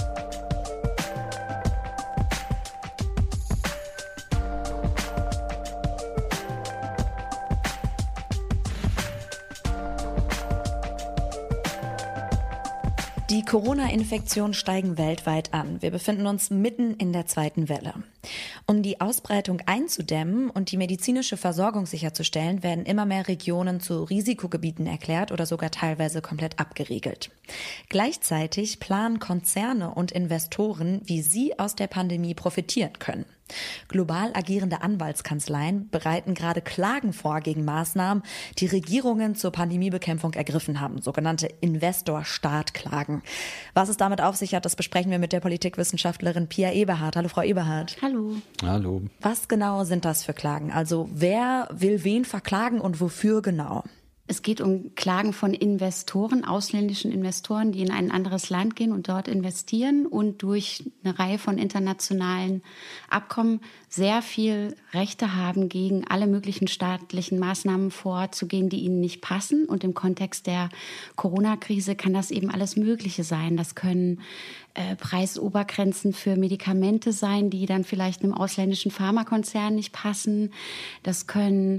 Die Corona-Infektionen steigen weltweit an. Wir befinden uns mitten in der zweiten Welle. Um die Ausbreitung einzudämmen und die medizinische Versorgung sicherzustellen, werden immer mehr Regionen zu Risikogebieten erklärt oder sogar teilweise komplett abgeriegelt. Gleichzeitig planen Konzerne und Investoren, wie sie aus der Pandemie profitieren können. Global agierende Anwaltskanzleien bereiten gerade Klagen vor gegen Maßnahmen, die Regierungen zur Pandemiebekämpfung ergriffen haben, sogenannte Investor-Staat-Klagen. Was es damit auf sich hat, das besprechen wir mit der Politikwissenschaftlerin Pia Eberhardt. Hallo Frau Eberhardt. Hallo. Hallo. Was genau sind das für Klagen? Also wer will wen verklagen und wofür genau? Es geht um Klagen von Investoren, ausländischen Investoren, die in ein anderes Land gehen und dort investieren und durch eine Reihe von internationalen Abkommen sehr viel Rechte haben, gegen alle möglichen staatlichen Maßnahmen vorzugehen, die ihnen nicht passen. Und im Kontext der Corona-Krise kann das eben alles Mögliche sein. Das können Preisobergrenzen für Medikamente sein, die dann vielleicht einem ausländischen Pharmakonzern nicht passen. Das können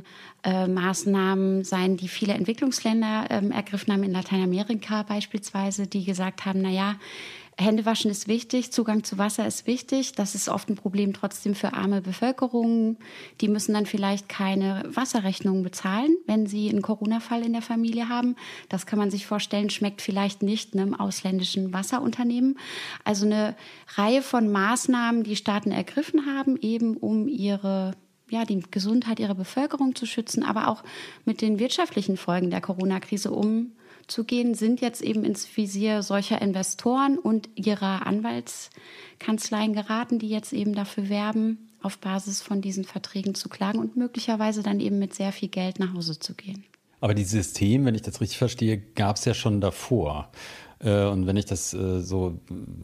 Maßnahmen sein, die viele Entwicklungsländer ergriffen haben, in Lateinamerika beispielsweise, die gesagt haben, naja, Händewaschen ist wichtig, Zugang zu Wasser ist wichtig. Das ist oft ein Problem trotzdem für arme Bevölkerung. Die müssen dann vielleicht keine Wasserrechnungen bezahlen, wenn sie einen Corona-Fall in der Familie haben. Das kann man sich vorstellen, schmeckt vielleicht nicht einem ausländischen Wasserunternehmen. Also eine Reihe von Maßnahmen, die Staaten ergriffen haben, eben um die Gesundheit ihrer Bevölkerung zu schützen, aber auch mit den wirtschaftlichen Folgen der Corona-Krise umzugehen, sind jetzt eben ins Visier solcher Investoren und ihrer Anwaltskanzleien geraten, die jetzt eben dafür werben, auf Basis von diesen Verträgen zu klagen und möglicherweise dann eben mit sehr viel Geld nach Hause zu gehen. Aber dieses System, wenn ich das richtig verstehe, gab es ja schon davor. Und wenn ich das so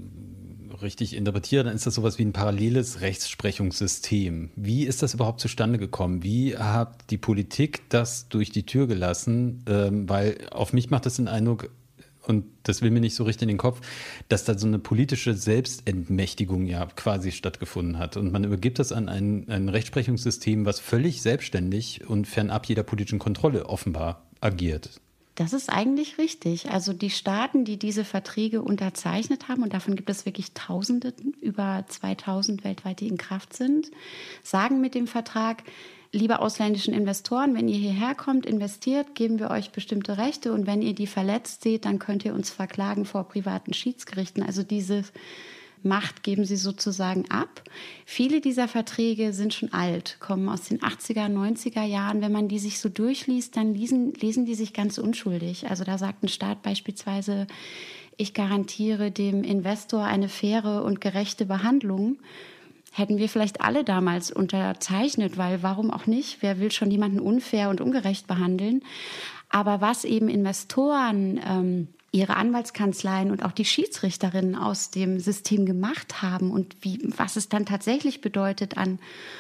richtig interpretiere, dann ist das sowas wie ein paralleles Rechtsprechungssystem. Wie ist das überhaupt zustande gekommen? Wie hat die Politik das durch die Tür gelassen? Weil auf mich macht das den Eindruck, und das will mir nicht so richtig in den Kopf, dass da so eine politische Selbstentmächtigung ja quasi stattgefunden hat. Und man übergibt das an ein Rechtsprechungssystem, was völlig selbstständig und fernab jeder politischen Kontrolle offenbar agiert. Das ist eigentlich richtig. Also die Staaten, die diese Verträge unterzeichnet haben, und davon gibt es wirklich Tausende, über 2000 weltweit, die in Kraft sind, sagen mit dem Vertrag, liebe ausländischen Investoren, wenn ihr hierher kommt, investiert, geben wir euch bestimmte Rechte und wenn ihr die verletzt seht, dann könnt ihr uns verklagen vor privaten Schiedsgerichten. Also diese Macht geben sie sozusagen ab. Viele dieser Verträge sind schon alt, kommen aus den 80er, 90er Jahren. Wenn man die sich so durchliest, dann lesen die sich ganz unschuldig. Also da sagt ein Staat beispielsweise, ich garantiere dem Investor eine faire und gerechte Behandlung. Hätten wir vielleicht alle damals unterzeichnet, weil warum auch nicht? Wer will schon jemanden unfair und ungerecht behandeln? Aber was eben Investoren ihre Anwaltskanzleien und auch die Schiedsrichterinnen aus dem System gemacht haben und was es dann tatsächlich bedeutet an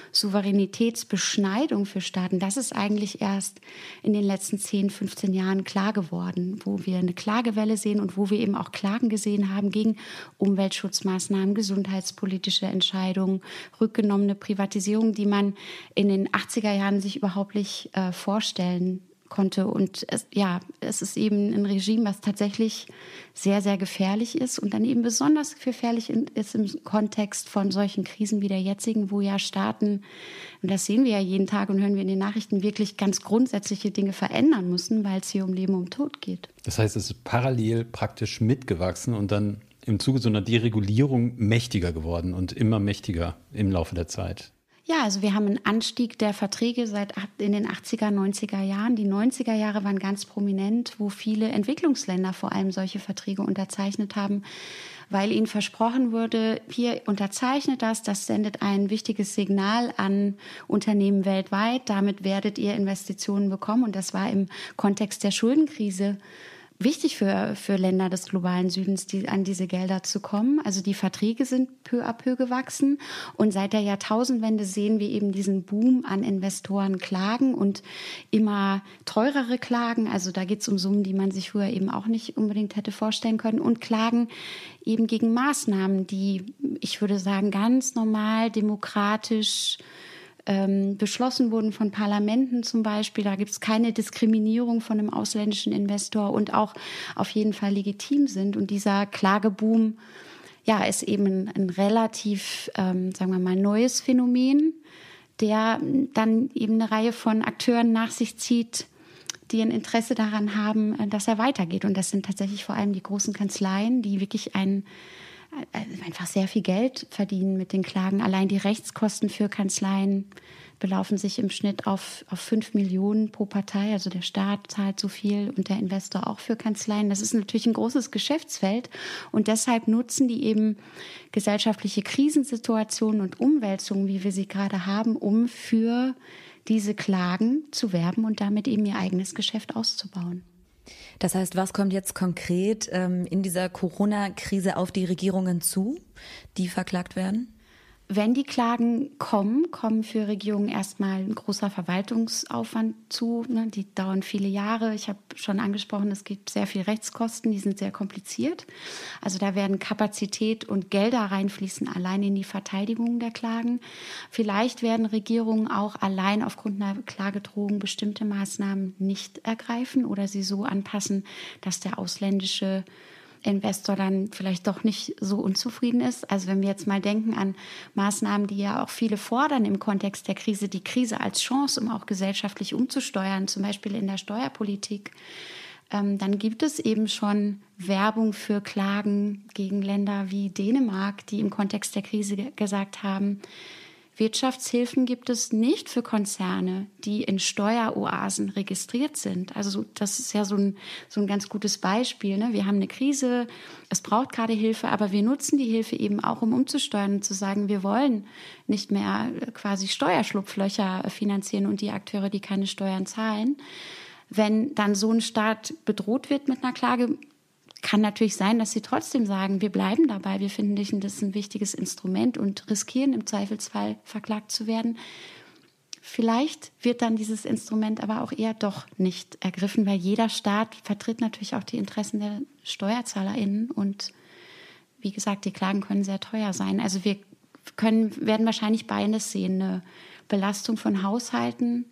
Souveränitätsbeschneidung für Staaten, das ist eigentlich erst in den letzten 10, 15 Jahren klar geworden, wo wir eine Klagewelle sehen und wo wir eben auch Klagen gesehen haben gegen Umweltschutzmaßnahmen, gesundheitspolitische Entscheidungen, rückgenommene Privatisierung, die man in den 80er Jahren sich überhaupt nicht vorstellen konnte. Und es ist eben ein Regime, was tatsächlich sehr, sehr gefährlich ist und dann eben besonders gefährlich ist im Kontext von solchen Krisen wie der jetzigen, wo ja Staaten, und das sehen wir ja jeden Tag und hören wir in den Nachrichten, wirklich ganz grundsätzliche Dinge verändern müssen, weil es hier um Leben und Tod geht. Das heißt, es ist parallel praktisch mitgewachsen und dann im Zuge so einer Deregulierung mächtiger geworden und immer mächtiger im Laufe der Zeit. Ja, also wir haben einen Anstieg der Verträge seit in den 80er, 90er Jahren. Die 90er Jahre waren ganz prominent, wo viele Entwicklungsländer vor allem solche Verträge unterzeichnet haben, weil ihnen versprochen wurde, hier unterzeichnet das sendet ein wichtiges Signal an Unternehmen weltweit, damit werdet ihr Investitionen bekommen. Und das war im Kontext der Schuldenkrise wichtig für Länder des globalen Südens, an diese Gelder zu kommen. Also die Verträge sind peu à peu gewachsen. Und seit der Jahrtausendwende sehen wir eben diesen Boom an Investorenklagen und immer teurere Klagen. Also da geht es um Summen, die man sich früher eben auch nicht unbedingt hätte vorstellen können. Und Klagen eben gegen Maßnahmen, die, ich würde sagen, ganz normal, demokratisch beschlossen wurden von Parlamenten zum Beispiel. Da gibt es keine Diskriminierung von einem ausländischen Investor und auch auf jeden Fall legitim sind. Und dieser Klageboom, ist eben ein relativ, sagen wir mal, neues Phänomen, der dann eben eine Reihe von Akteuren nach sich zieht, die ein Interesse daran haben, dass er weitergeht. Und das sind tatsächlich vor allem die großen Kanzleien, die wirklich einfach sehr viel Geld verdienen mit den Klagen. Allein die Rechtskosten für Kanzleien belaufen sich im Schnitt auf 5 Millionen pro Partei. Also der Staat zahlt so viel und der Investor auch für Kanzleien. Das ist natürlich ein großes Geschäftsfeld und deshalb nutzen die eben gesellschaftliche Krisensituationen und Umwälzungen, wie wir sie gerade haben, um für diese Klagen zu werben und damit eben ihr eigenes Geschäft auszubauen. Das heißt, was kommt jetzt konkret in dieser Corona-Krise auf die Regierungen zu, die verklagt werden? Wenn die Klagen kommen für Regierungen erstmal ein großer Verwaltungsaufwand zu. Die dauern viele Jahre. Ich habe schon angesprochen, es gibt sehr viel Rechtskosten, die sind sehr kompliziert. Also da werden Kapazität und Gelder reinfließen, allein in die Verteidigung der Klagen. Vielleicht werden Regierungen auch allein aufgrund einer Klagedrohung bestimmte Maßnahmen nicht ergreifen oder sie so anpassen, dass der ausländische Investor dann vielleicht doch nicht so unzufrieden ist. Also wenn wir jetzt mal denken an Maßnahmen, die ja auch viele fordern im Kontext der Krise, die Krise als Chance, um auch gesellschaftlich umzusteuern, zum Beispiel in der Steuerpolitik, dann gibt es eben schon Werbung für Klagen gegen Länder wie Dänemark, die im Kontext der Krise gesagt haben, Wirtschaftshilfen gibt es nicht für Konzerne, die in Steueroasen registriert sind. Also das ist ja so ein ganz gutes Beispiel. Ne? Wir haben eine Krise, es braucht gerade Hilfe, aber wir nutzen die Hilfe eben auch, um umzusteuern und zu sagen, wir wollen nicht mehr quasi Steuerschlupflöcher finanzieren und die Akteure, die keine Steuern zahlen. Wenn dann so ein Staat bedroht wird mit einer Klage, kann natürlich sein, dass sie trotzdem sagen, wir bleiben dabei, wir finden das ein wichtiges Instrument und riskieren im Zweifelsfall verklagt zu werden. Vielleicht wird dann dieses Instrument aber auch eher doch nicht ergriffen, weil jeder Staat vertritt natürlich auch die Interessen der SteuerzahlerInnen und wie gesagt, die Klagen können sehr teuer sein. Also wir werden wahrscheinlich beides sehen, eine Belastung von Haushalten,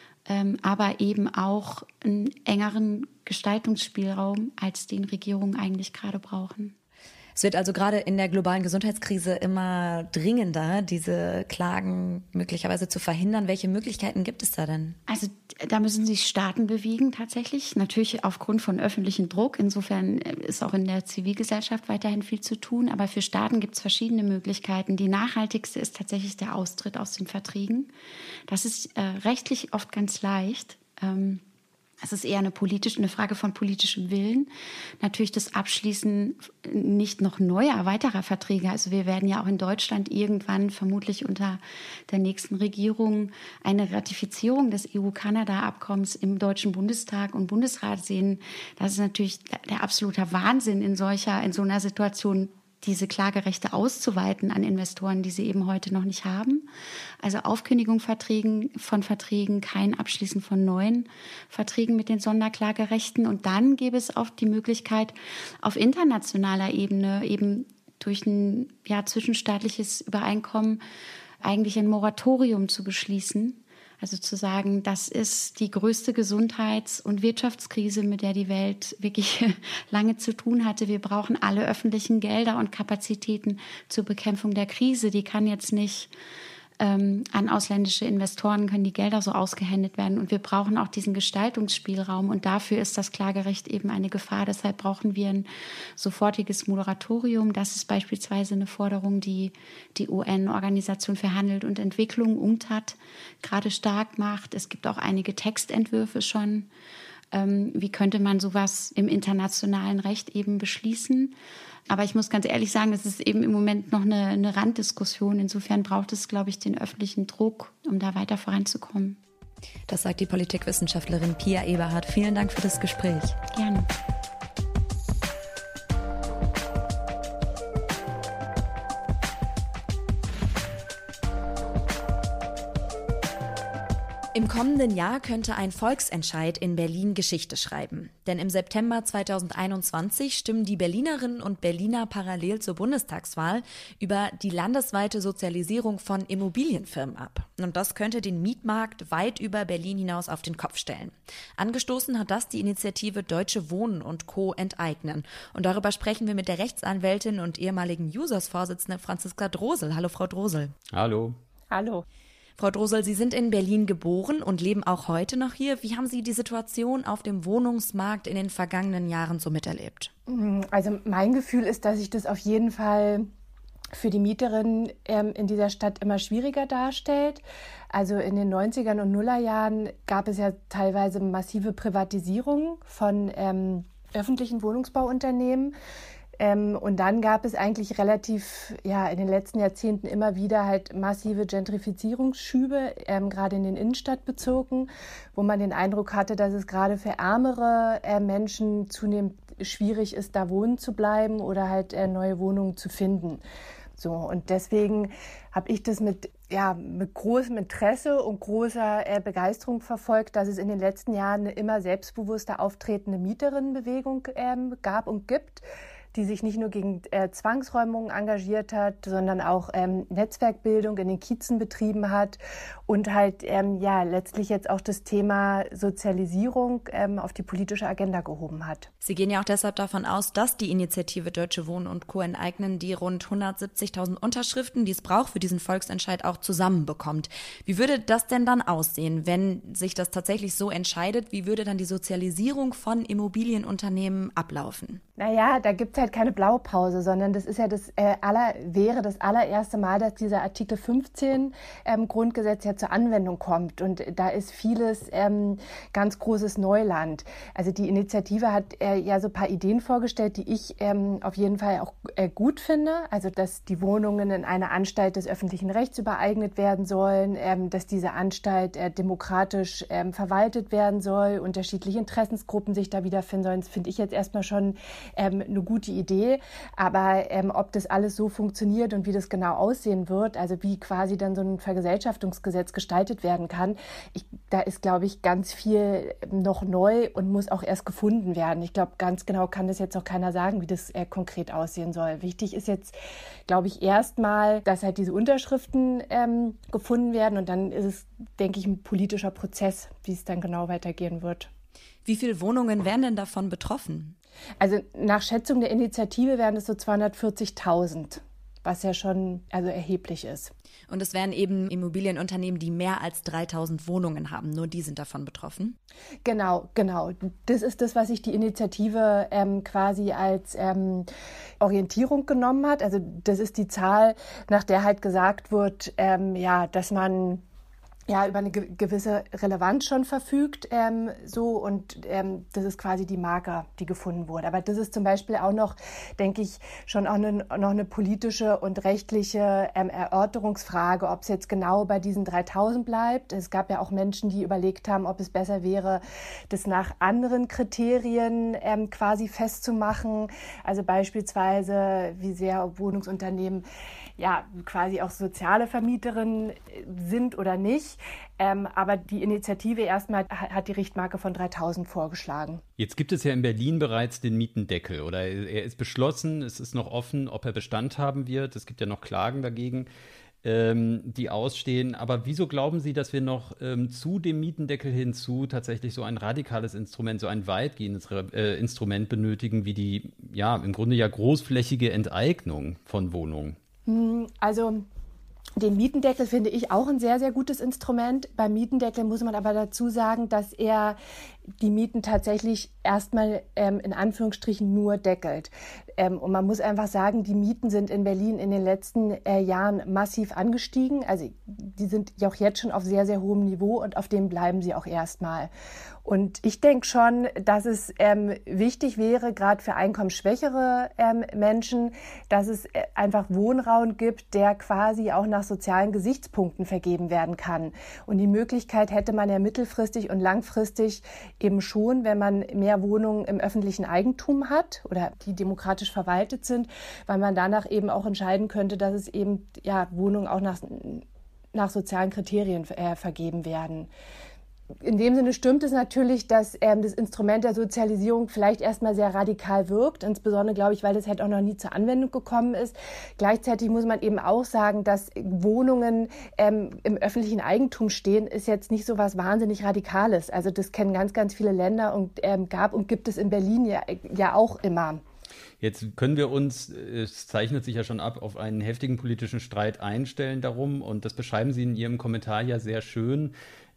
aber eben auch einen engeren Gestaltungsspielraum, als den Regierungen eigentlich gerade brauchen. Es wird also gerade in der globalen Gesundheitskrise immer dringender, diese Klagen möglicherweise zu verhindern. Welche Möglichkeiten gibt es da denn? Also da müssen sich Staaten bewegen tatsächlich, natürlich aufgrund von öffentlichem Druck. Insofern ist auch in der Zivilgesellschaft weiterhin viel zu tun. Aber für Staaten gibt es verschiedene Möglichkeiten. Die nachhaltigste ist tatsächlich der Austritt aus den Verträgen. Das ist rechtlich oft ganz leicht. Es ist eher eine Frage von politischem Willen. Natürlich das Abschließen nicht noch neuer, weiterer Verträge. Also wir werden ja auch in Deutschland irgendwann vermutlich unter der nächsten Regierung eine Ratifizierung des EU-Kanada-Abkommens im Deutschen Bundestag und Bundesrat sehen. Das ist natürlich der absolute Wahnsinn in so einer Situation, diese Klagerechte auszuweiten an Investoren, die sie eben heute noch nicht haben. Also Aufkündigung von Verträgen, kein Abschließen von neuen Verträgen mit den Sonderklagerechten. Und dann gäbe es auch die Möglichkeit, auf internationaler Ebene eben durch ein zwischenstaatliches Übereinkommen eigentlich ein Moratorium zu beschließen Also zu sagen, das ist die größte Gesundheits- und Wirtschaftskrise, mit der die Welt wirklich lange zu tun hatte. Wir brauchen alle öffentlichen Gelder und Kapazitäten zur Bekämpfung der Krise. Die kann jetzt nicht an ausländische Investoren, können die Gelder so ausgehändigt werden. Und wir brauchen auch diesen Gestaltungsspielraum. Und dafür ist das Klagerecht eben eine Gefahr. Deshalb brauchen wir ein sofortiges Moratorium. Das ist beispielsweise eine Forderung, die die UN-Organisation für Handel und Entwicklung, UNCTAD, gerade stark macht. Es gibt auch einige Textentwürfe schon. Wie könnte man sowas im internationalen Recht eben beschließen? Aber ich muss ganz ehrlich sagen, das ist eben im Moment noch eine Randdiskussion. Insofern braucht es, glaube ich, den öffentlichen Druck, um da weiter voranzukommen. Das sagt die Politikwissenschaftlerin Pia Eberhardt. Vielen Dank für das Gespräch. Gerne. Im kommenden Jahr könnte ein Volksentscheid in Berlin Geschichte schreiben. Denn im September 2021 stimmen die Berlinerinnen und Berliner parallel zur Bundestagswahl über die landesweite Sozialisierung von Immobilienfirmen ab. Und das könnte den Mietmarkt weit über Berlin hinaus auf den Kopf stellen. Angestoßen hat das die Initiative Deutsche Wohnen und Co. enteignen. Und darüber sprechen wir mit der Rechtsanwältin und ehemaligen Users-Vorsitzende Franziska Drosel. Hallo, Frau Drosel. Hallo. Hallo. Frau Drosel, Sie sind in Berlin geboren und leben auch heute noch hier. Wie haben Sie die Situation auf dem Wohnungsmarkt in den vergangenen Jahren so miterlebt? Also mein Gefühl ist, dass sich das auf jeden Fall für die Mieterinnen in dieser Stadt immer schwieriger darstellt. Also in den 90er und Nullerjahren gab es ja teilweise massive Privatisierung von öffentlichen Wohnungsbauunternehmen. Und dann gab es eigentlich relativ, in den letzten Jahrzehnten immer wieder halt massive Gentrifizierungsschübe, gerade in den Innenstadtbezirken, wo man den Eindruck hatte, dass es gerade für ärmere Menschen zunehmend schwierig ist, da wohnen zu bleiben oder halt neue Wohnungen zu finden. So, und deswegen habe ich das mit großem Interesse und großer Begeisterung verfolgt, dass es in den letzten Jahren eine immer selbstbewusster auftretende Mieterinnenbewegung gab und gibt, die sich nicht nur gegen Zwangsräumungen engagiert hat, sondern auch Netzwerkbildung in den Kiezen betrieben hat und halt letztlich jetzt auch das Thema Sozialisierung auf die politische Agenda gehoben hat. Sie gehen ja auch deshalb davon aus, dass die Initiative Deutsche Wohnen und Co. enteignen die rund 170.000 Unterschriften, die es braucht für diesen Volksentscheid, auch zusammenbekommt. Wie würde das denn dann aussehen, wenn sich das tatsächlich so entscheidet? Wie würde dann die Sozialisierung von Immobilienunternehmen ablaufen? Naja, da gibt es halt keine Blaupause, sondern das ist ja wäre das allererste Mal, dass dieser Artikel 15 Grundgesetz ja zur Anwendung kommt. Und da ist vieles ganz großes Neuland. Also die Initiative hat ja so ein paar Ideen vorgestellt, die ich auf jeden Fall auch gut finde. Also dass die Wohnungen in eine Anstalt des öffentlichen Rechts übereignet werden sollen, dass diese Anstalt demokratisch verwaltet werden soll, unterschiedliche Interessensgruppen sich da wiederfinden sollen. Das finde ich jetzt erstmal schon eine gute Idee, aber ob das alles so funktioniert und wie das genau aussehen wird, also wie quasi dann so ein Vergesellschaftungsgesetz gestaltet werden kann, da ist, glaube ich, ganz viel noch neu und muss auch erst gefunden werden. Ich glaube, ganz genau kann das jetzt auch keiner sagen, wie das konkret aussehen soll. Wichtig ist jetzt, glaube ich, erstmal, dass halt diese Unterschriften gefunden werden und dann ist es, denke ich, ein politischer Prozess, wie es dann genau weitergehen wird. Wie viele Wohnungen wären denn davon betroffen? Also nach Schätzung der Initiative wären es so 240.000, was ja schon erheblich ist. Und es wären eben Immobilienunternehmen, die mehr als 3.000 Wohnungen haben. Nur die sind davon betroffen? Genau. Das ist das, was sich die Initiative quasi als Orientierung genommen hat. Also das ist die Zahl, nach der halt gesagt wird, dass man über eine gewisse Relevanz schon verfügt, und das ist quasi die Marke, die gefunden wurde. Aber das ist zum Beispiel auch noch, denke ich, schon auch noch eine politische und rechtliche Erörterungsfrage, ob es jetzt genau bei diesen 3.000 bleibt. Es gab ja auch Menschen, die überlegt haben, ob es besser wäre, das nach anderen Kriterien quasi festzumachen. Also beispielsweise, wie sehr Wohnungsunternehmen quasi auch soziale Vermieterinnen sind oder nicht. Aber die Initiative erstmal hat die Richtmarke von 3.000 vorgeschlagen. Jetzt gibt es ja in Berlin bereits den Mietendeckel oder er ist beschlossen, es ist noch offen, ob er Bestand haben wird. Es gibt ja noch Klagen dagegen. die ausstehen. Aber wieso glauben Sie, dass wir noch zu dem Mietendeckel hinzu tatsächlich so ein radikales Instrument, so ein weitgehendes Instrument benötigen, wie die im Grunde großflächige Enteignung von Wohnungen? Also den Mietendeckel finde ich auch ein sehr, sehr gutes Instrument. Beim Mietendeckel muss man aber dazu sagen, dass er die Mieten tatsächlich erstmal in Anführungsstrichen nur deckelt. Und man muss einfach sagen, die Mieten sind in Berlin in den letzten Jahren massiv angestiegen. Also die sind ja auch jetzt schon auf sehr, sehr hohem Niveau und auf dem bleiben sie auch erstmal. Und ich denke schon, dass es wichtig wäre, gerade für einkommensschwächere Menschen, dass es einfach Wohnraum gibt, der quasi auch nach sozialen Gesichtspunkten vergeben werden kann. Und die Möglichkeit hätte man ja mittelfristig und langfristig eben schon, wenn man mehr Wohnungen im öffentlichen Eigentum hat oder die demokratisch verwaltet sind, weil man danach eben auch entscheiden könnte, dass es eben Wohnungen auch nach sozialen Kriterien vergeben werden. In dem Sinne stimmt es natürlich, dass das Instrument der Sozialisierung vielleicht erstmal sehr radikal wirkt, insbesondere, glaube ich, weil das halt auch noch nie zur Anwendung gekommen ist. Gleichzeitig muss man eben auch sagen, dass Wohnungen im öffentlichen Eigentum stehen, ist jetzt nicht so was wahnsinnig Radikales. Also das kennen ganz, ganz viele Länder und gab und gibt es in Berlin ja auch immer. Jetzt können wir uns, es zeichnet sich ja schon ab, auf einen heftigen politischen Streit einstellen darum. Und das beschreiben Sie in Ihrem Kommentar ja sehr schön,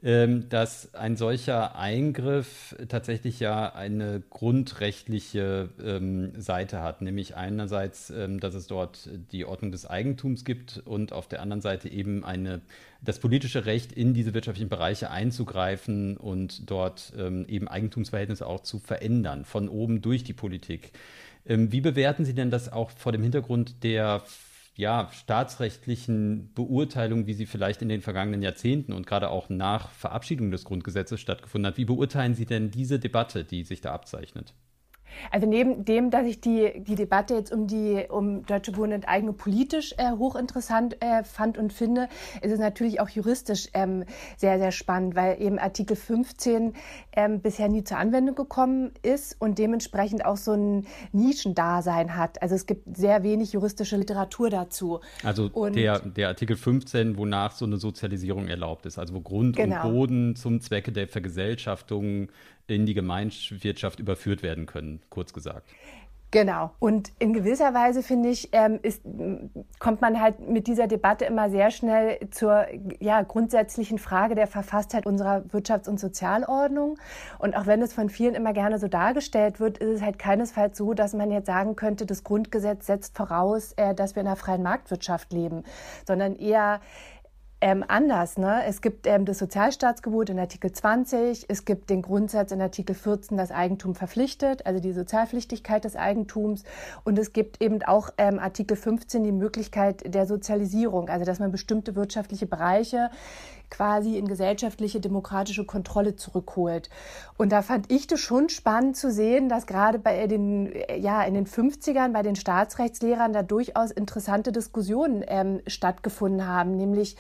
dass ein solcher Eingriff tatsächlich ja eine grundrechtliche Seite hat. Nämlich einerseits, dass es dort die Ordnung des Eigentums gibt und auf der anderen Seite eben das politische Recht, in diese wirtschaftlichen Bereiche einzugreifen und dort eben Eigentumsverhältnisse auch zu verändern, von oben durch die Politik. Wie bewerten Sie denn das auch vor dem Hintergrund der staatsrechtlichen Beurteilung, wie sie vielleicht in den vergangenen Jahrzehnten und gerade auch nach Verabschiedung des Grundgesetzes stattgefunden hat? Wie beurteilen Sie denn diese Debatte, die sich da abzeichnet? Also neben dem, dass ich die Debatte jetzt um Deutsche Wohnenteignung politisch hochinteressant fand und finde, ist es natürlich auch juristisch sehr, sehr spannend, weil eben Artikel 15 bisher nie zur Anwendung gekommen ist und dementsprechend auch so ein Nischendasein hat. Also es gibt sehr wenig juristische Literatur dazu. Also der Artikel 15, wonach so eine Sozialisierung erlaubt ist, also wo Grund und Boden zum Zwecke der Vergesellschaftung in die Gemeinwirtschaft überführt werden können, kurz gesagt. Genau. Und in gewisser Weise, finde ich, kommt man halt mit dieser Debatte immer sehr schnell zur grundsätzlichen Frage der Verfasstheit unserer Wirtschafts- und Sozialordnung. Und auch wenn es von vielen immer gerne so dargestellt wird, ist es halt keinesfalls so, dass man jetzt sagen könnte, das Grundgesetz setzt voraus, dass wir in einer freien Marktwirtschaft leben, sondern eher anders. Ne? Es gibt das Sozialstaatsgebot in Artikel 20, es gibt den Grundsatz in Artikel 14, das Eigentum verpflichtet, also die Sozialpflichtigkeit des Eigentums, und es gibt eben auch Artikel 15 die Möglichkeit der Sozialisierung, also dass man bestimmte wirtschaftliche Bereiche quasi in gesellschaftliche demokratische Kontrolle zurückholt. Und da fand ich das schon spannend zu sehen, dass gerade in den 50ern bei den Staatsrechtslehrern da durchaus interessante Diskussionen stattgefunden haben, nämlich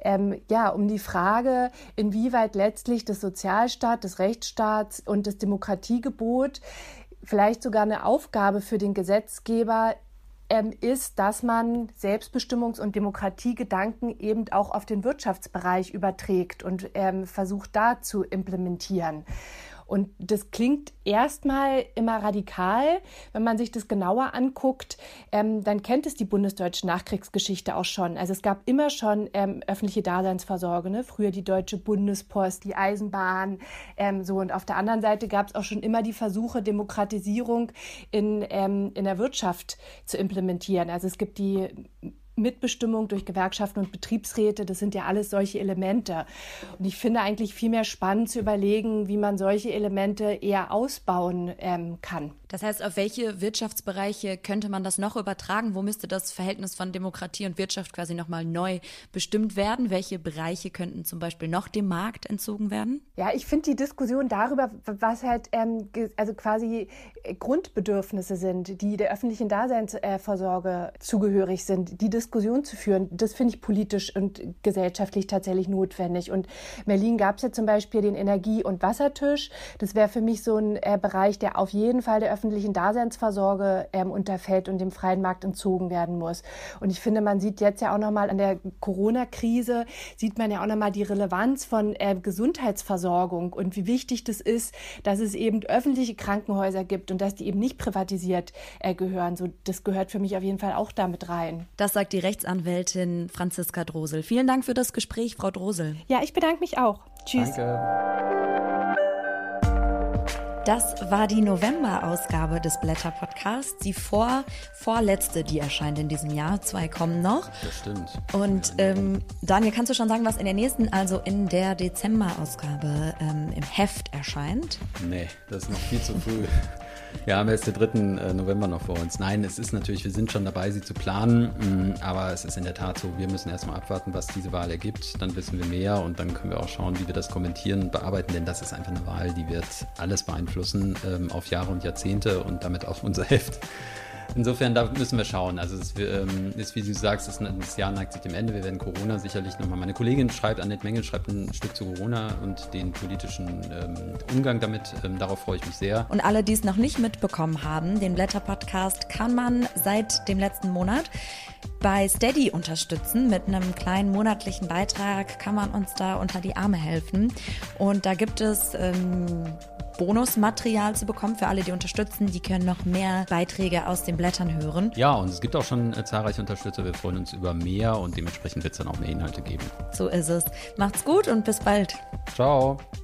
um die Frage, inwieweit letztlich das Sozialstaat, des Rechtsstaats und das Demokratiegebot vielleicht sogar eine Aufgabe für den Gesetzgeber ist, dass man Selbstbestimmungs- und Demokratiegedanken eben auch auf den Wirtschaftsbereich überträgt und versucht, da zu implementieren. Und das klingt erstmal immer radikal. Wenn man sich das genauer anguckt, dann kennt es die bundesdeutsche Nachkriegsgeschichte auch schon. Also es gab immer schon öffentliche Daseinsvorsorge, ne? Früher die Deutsche Bundespost, die Eisenbahn, und auf der anderen Seite gab es auch schon immer die Versuche, Demokratisierung in der Wirtschaft zu implementieren. Also es gibt die Mitbestimmung durch Gewerkschaften und Betriebsräte, das sind ja alles solche Elemente. Und ich finde eigentlich viel mehr spannend zu überlegen, wie man solche Elemente eher ausbauen kann. Das heißt, auf welche Wirtschaftsbereiche könnte man das noch übertragen? Wo müsste das Verhältnis von Demokratie und Wirtschaft quasi nochmal neu bestimmt werden? Welche Bereiche könnten zum Beispiel noch dem Markt entzogen werden? Ja, ich finde die Diskussion darüber, was halt also quasi Grundbedürfnisse sind, die der öffentlichen Daseinsvorsorge zugehörig sind, die Diskussion zu führen. Das finde ich politisch und gesellschaftlich tatsächlich notwendig. Und in Berlin gab es ja zum Beispiel den Energie- und Wassertisch. Das wäre für mich so ein Bereich, der auf jeden Fall der öffentlichen Daseinsvorsorge unterfällt und dem freien Markt entzogen werden muss. Und ich finde, man sieht jetzt ja auch nochmal an der Corona-Krise, sieht man ja auch nochmal die Relevanz von Gesundheitsversorgung und wie wichtig das ist, dass es eben öffentliche Krankenhäuser gibt und dass die eben nicht privatisiert gehören. So, das gehört für mich auf jeden Fall auch damit rein. Das sagt die Rechtsanwältin Franziska Drosel. Vielen Dank für das Gespräch, Frau Drosel. Ja, ich bedanke mich auch. Tschüss. Danke. Das war die November-Ausgabe des Blätter-Podcasts. Die vorletzte, die erscheint in diesem Jahr. 2 kommen noch. Das stimmt. Und Daniel, kannst du schon sagen, was in der nächsten, also in der Dezember-Ausgabe im Heft erscheint? Nee, das ist noch viel zu früh. Wir haben jetzt den 3. November noch vor uns. Nein, es ist natürlich, wir sind schon dabei, sie zu planen, aber es ist in der Tat so, wir müssen erstmal abwarten, was diese Wahl ergibt. Dann wissen wir mehr und dann können wir auch schauen, wie wir das kommentieren und bearbeiten, denn das ist einfach eine Wahl, die wird alles beeinflussen auf Jahre und Jahrzehnte und damit auch unser Heft. Insofern, da müssen wir schauen. Also es ist, wie du sagst, das Jahr neigt sich dem Ende. Wir werden Corona sicherlich nochmal, meine Kollegin Annette Mengel schreibt ein Stück zu Corona und den politischen Umgang damit. Darauf freue ich mich sehr. Und alle, die es noch nicht mitbekommen haben, den Blätter-Podcast kann man seit dem letzten Monat bei Steady unterstützen. Mit einem kleinen monatlichen Beitrag kann man uns da unter die Arme helfen. Und da gibt es Bonusmaterial zu bekommen für alle, die unterstützen. Die können noch mehr Beiträge aus den Blättern hören. Ja, und es gibt auch schon zahlreiche Unterstützer. Wir freuen uns über mehr und dementsprechend wird es dann auch mehr Inhalte geben. So ist es. Macht's gut und bis bald. Ciao.